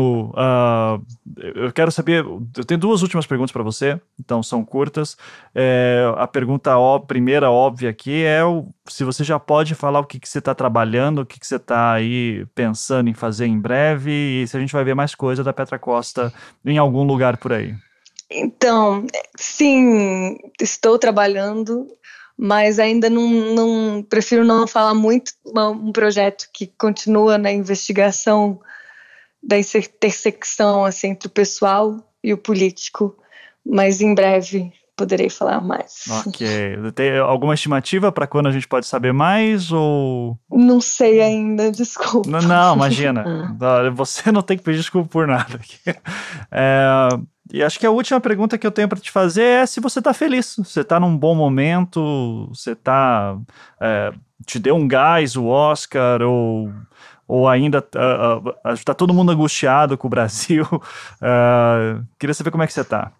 quero saber. Eu tenho 2 últimas perguntas para você, então são curtas. A pergunta primeira óbvia aqui é se você já pode falar o que você está trabalhando, o que você está aí pensando em fazer em breve, e se a gente vai ver mais coisa da Petra Costa em algum lugar por aí.
Então, sim, estou trabalhando, mas ainda não prefiro não falar muito. Um projeto que continua na investigação da intersecção assim, entre o pessoal e o político, mas em breve poderei falar mais.
Ok. Tem alguma estimativa para quando a gente pode saber mais, ou...
Não sei ainda, desculpa.
Não, imagina. Você não tem que pedir desculpa por nada. E acho que a última pergunta que eu tenho para te fazer é se você está feliz. Você está num bom momento, você está... te deu um gás o Oscar, ou ainda está todo mundo angustiado com o Brasil. Queria saber como é que você está.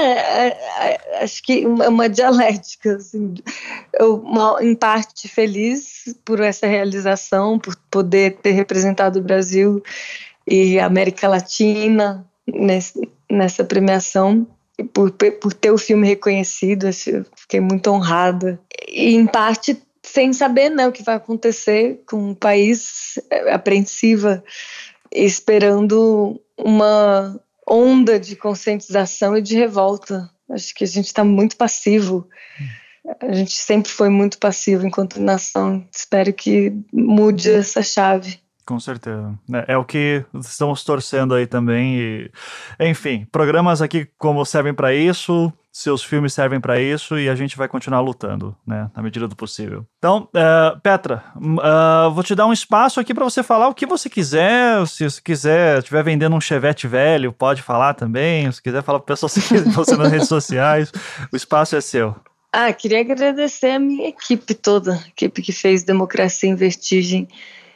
Acho que é uma dialética, assim. Eu, em parte, feliz por essa realização, por poder ter representado o Brasil e a América Latina nessa premiação, e por ter o filme reconhecido. Fiquei muito honrada. E, em parte, sem saber, né, o que vai acontecer com o país, apreensiva, esperando uma onda de conscientização e de revolta. Acho que a gente está muito passivo. A gente sempre foi muito passivo enquanto nação. Espero que mude essa chave.
Com certeza. É o que estamos torcendo aí também. E, enfim, programas aqui como servem para isso, seus filmes servem para isso, e a gente vai continuar lutando, né, na medida do possível. Então, Petra, vou te dar um espaço aqui para você falar o que você quiser. Se você estiver vendendo um Chevette velho, pode falar também. Se quiser falar para o pessoal você nas redes sociais, o espaço é seu.
Queria agradecer a minha equipe toda, a equipe que fez Democracia em Vertigem,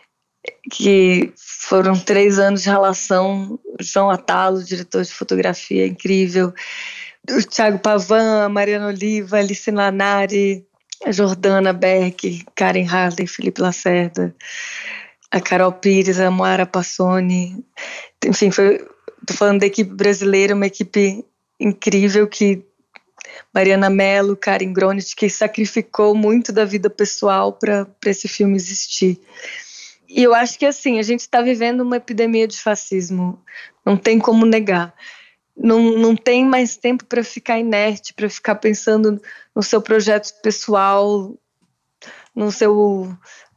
que foram 3 anos de relação. João Atalo, diretor de fotografia incrível, o Thiago Pavan, a Mariana Oliva, a Alice Lanari, a Jordana Berg, Karen Harley, Felipe Lacerda, a Carol Pires, a Moara Passoni. Enfim, tô falando da equipe brasileira, uma equipe incrível, que Mariana Mello, Karen Gronit, que sacrificou muito da vida pessoal para esse filme existir. E eu acho que, assim, a gente está vivendo uma epidemia de fascismo, não tem como negar. Não tem mais tempo para ficar inerte, para ficar pensando no seu projeto pessoal, no seu...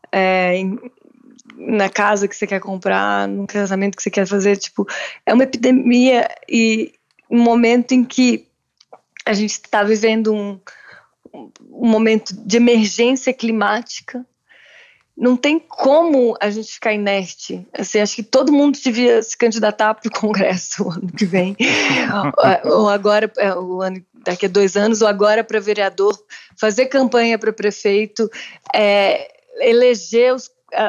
na casa que você quer comprar, no casamento que você quer fazer. Tipo, é uma epidemia, e um momento em que a gente está vivendo um momento de emergência climática. Não tem como a gente ficar inerte. Assim, acho que todo mundo devia se candidatar para o Congresso o ano que vem, ou agora, daqui a 2 anos, ou agora para vereador, fazer campanha para prefeito, eleger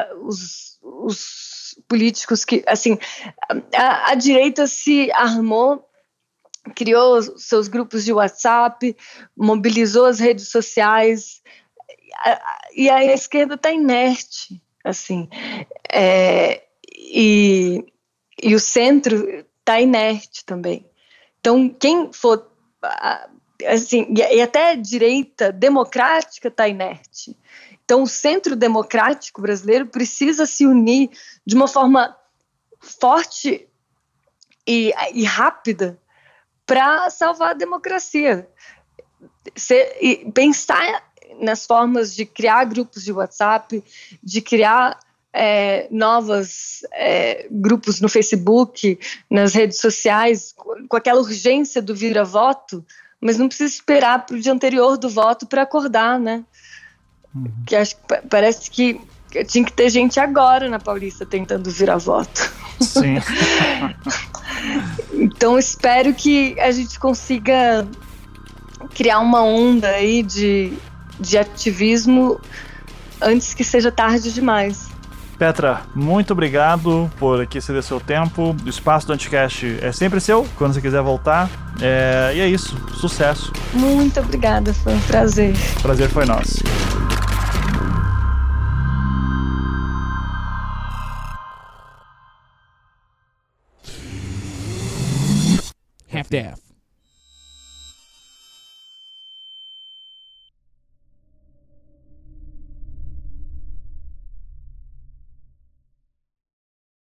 os políticos que, assim, a direita se armou, criou seus grupos de WhatsApp, mobilizou as redes sociais, e a esquerda está inerte, assim, e o centro está inerte também. Então, quem for, assim, e até a direita democrática está inerte. Então, o centro democrático brasileiro precisa se unir de uma forma forte e rápida para salvar a democracia. E pensar nas formas de criar grupos de WhatsApp, de criar novos grupos no Facebook, nas redes sociais, com aquela urgência do vira-voto, mas não precisa esperar para o dia anterior do voto para acordar, né? Que acho que parece que tinha que ter gente agora na Paulista tentando virar voto.
Sim.
Então espero que a gente consiga criar uma onda aí de ativismo antes que seja tarde demais.
Petra, muito obrigado por aqui ceder seu tempo. O espaço do Anticast é sempre seu, quando você quiser voltar. E é isso, sucesso.
Muito obrigada, foi um prazer.
O prazer foi nosso.
FDF.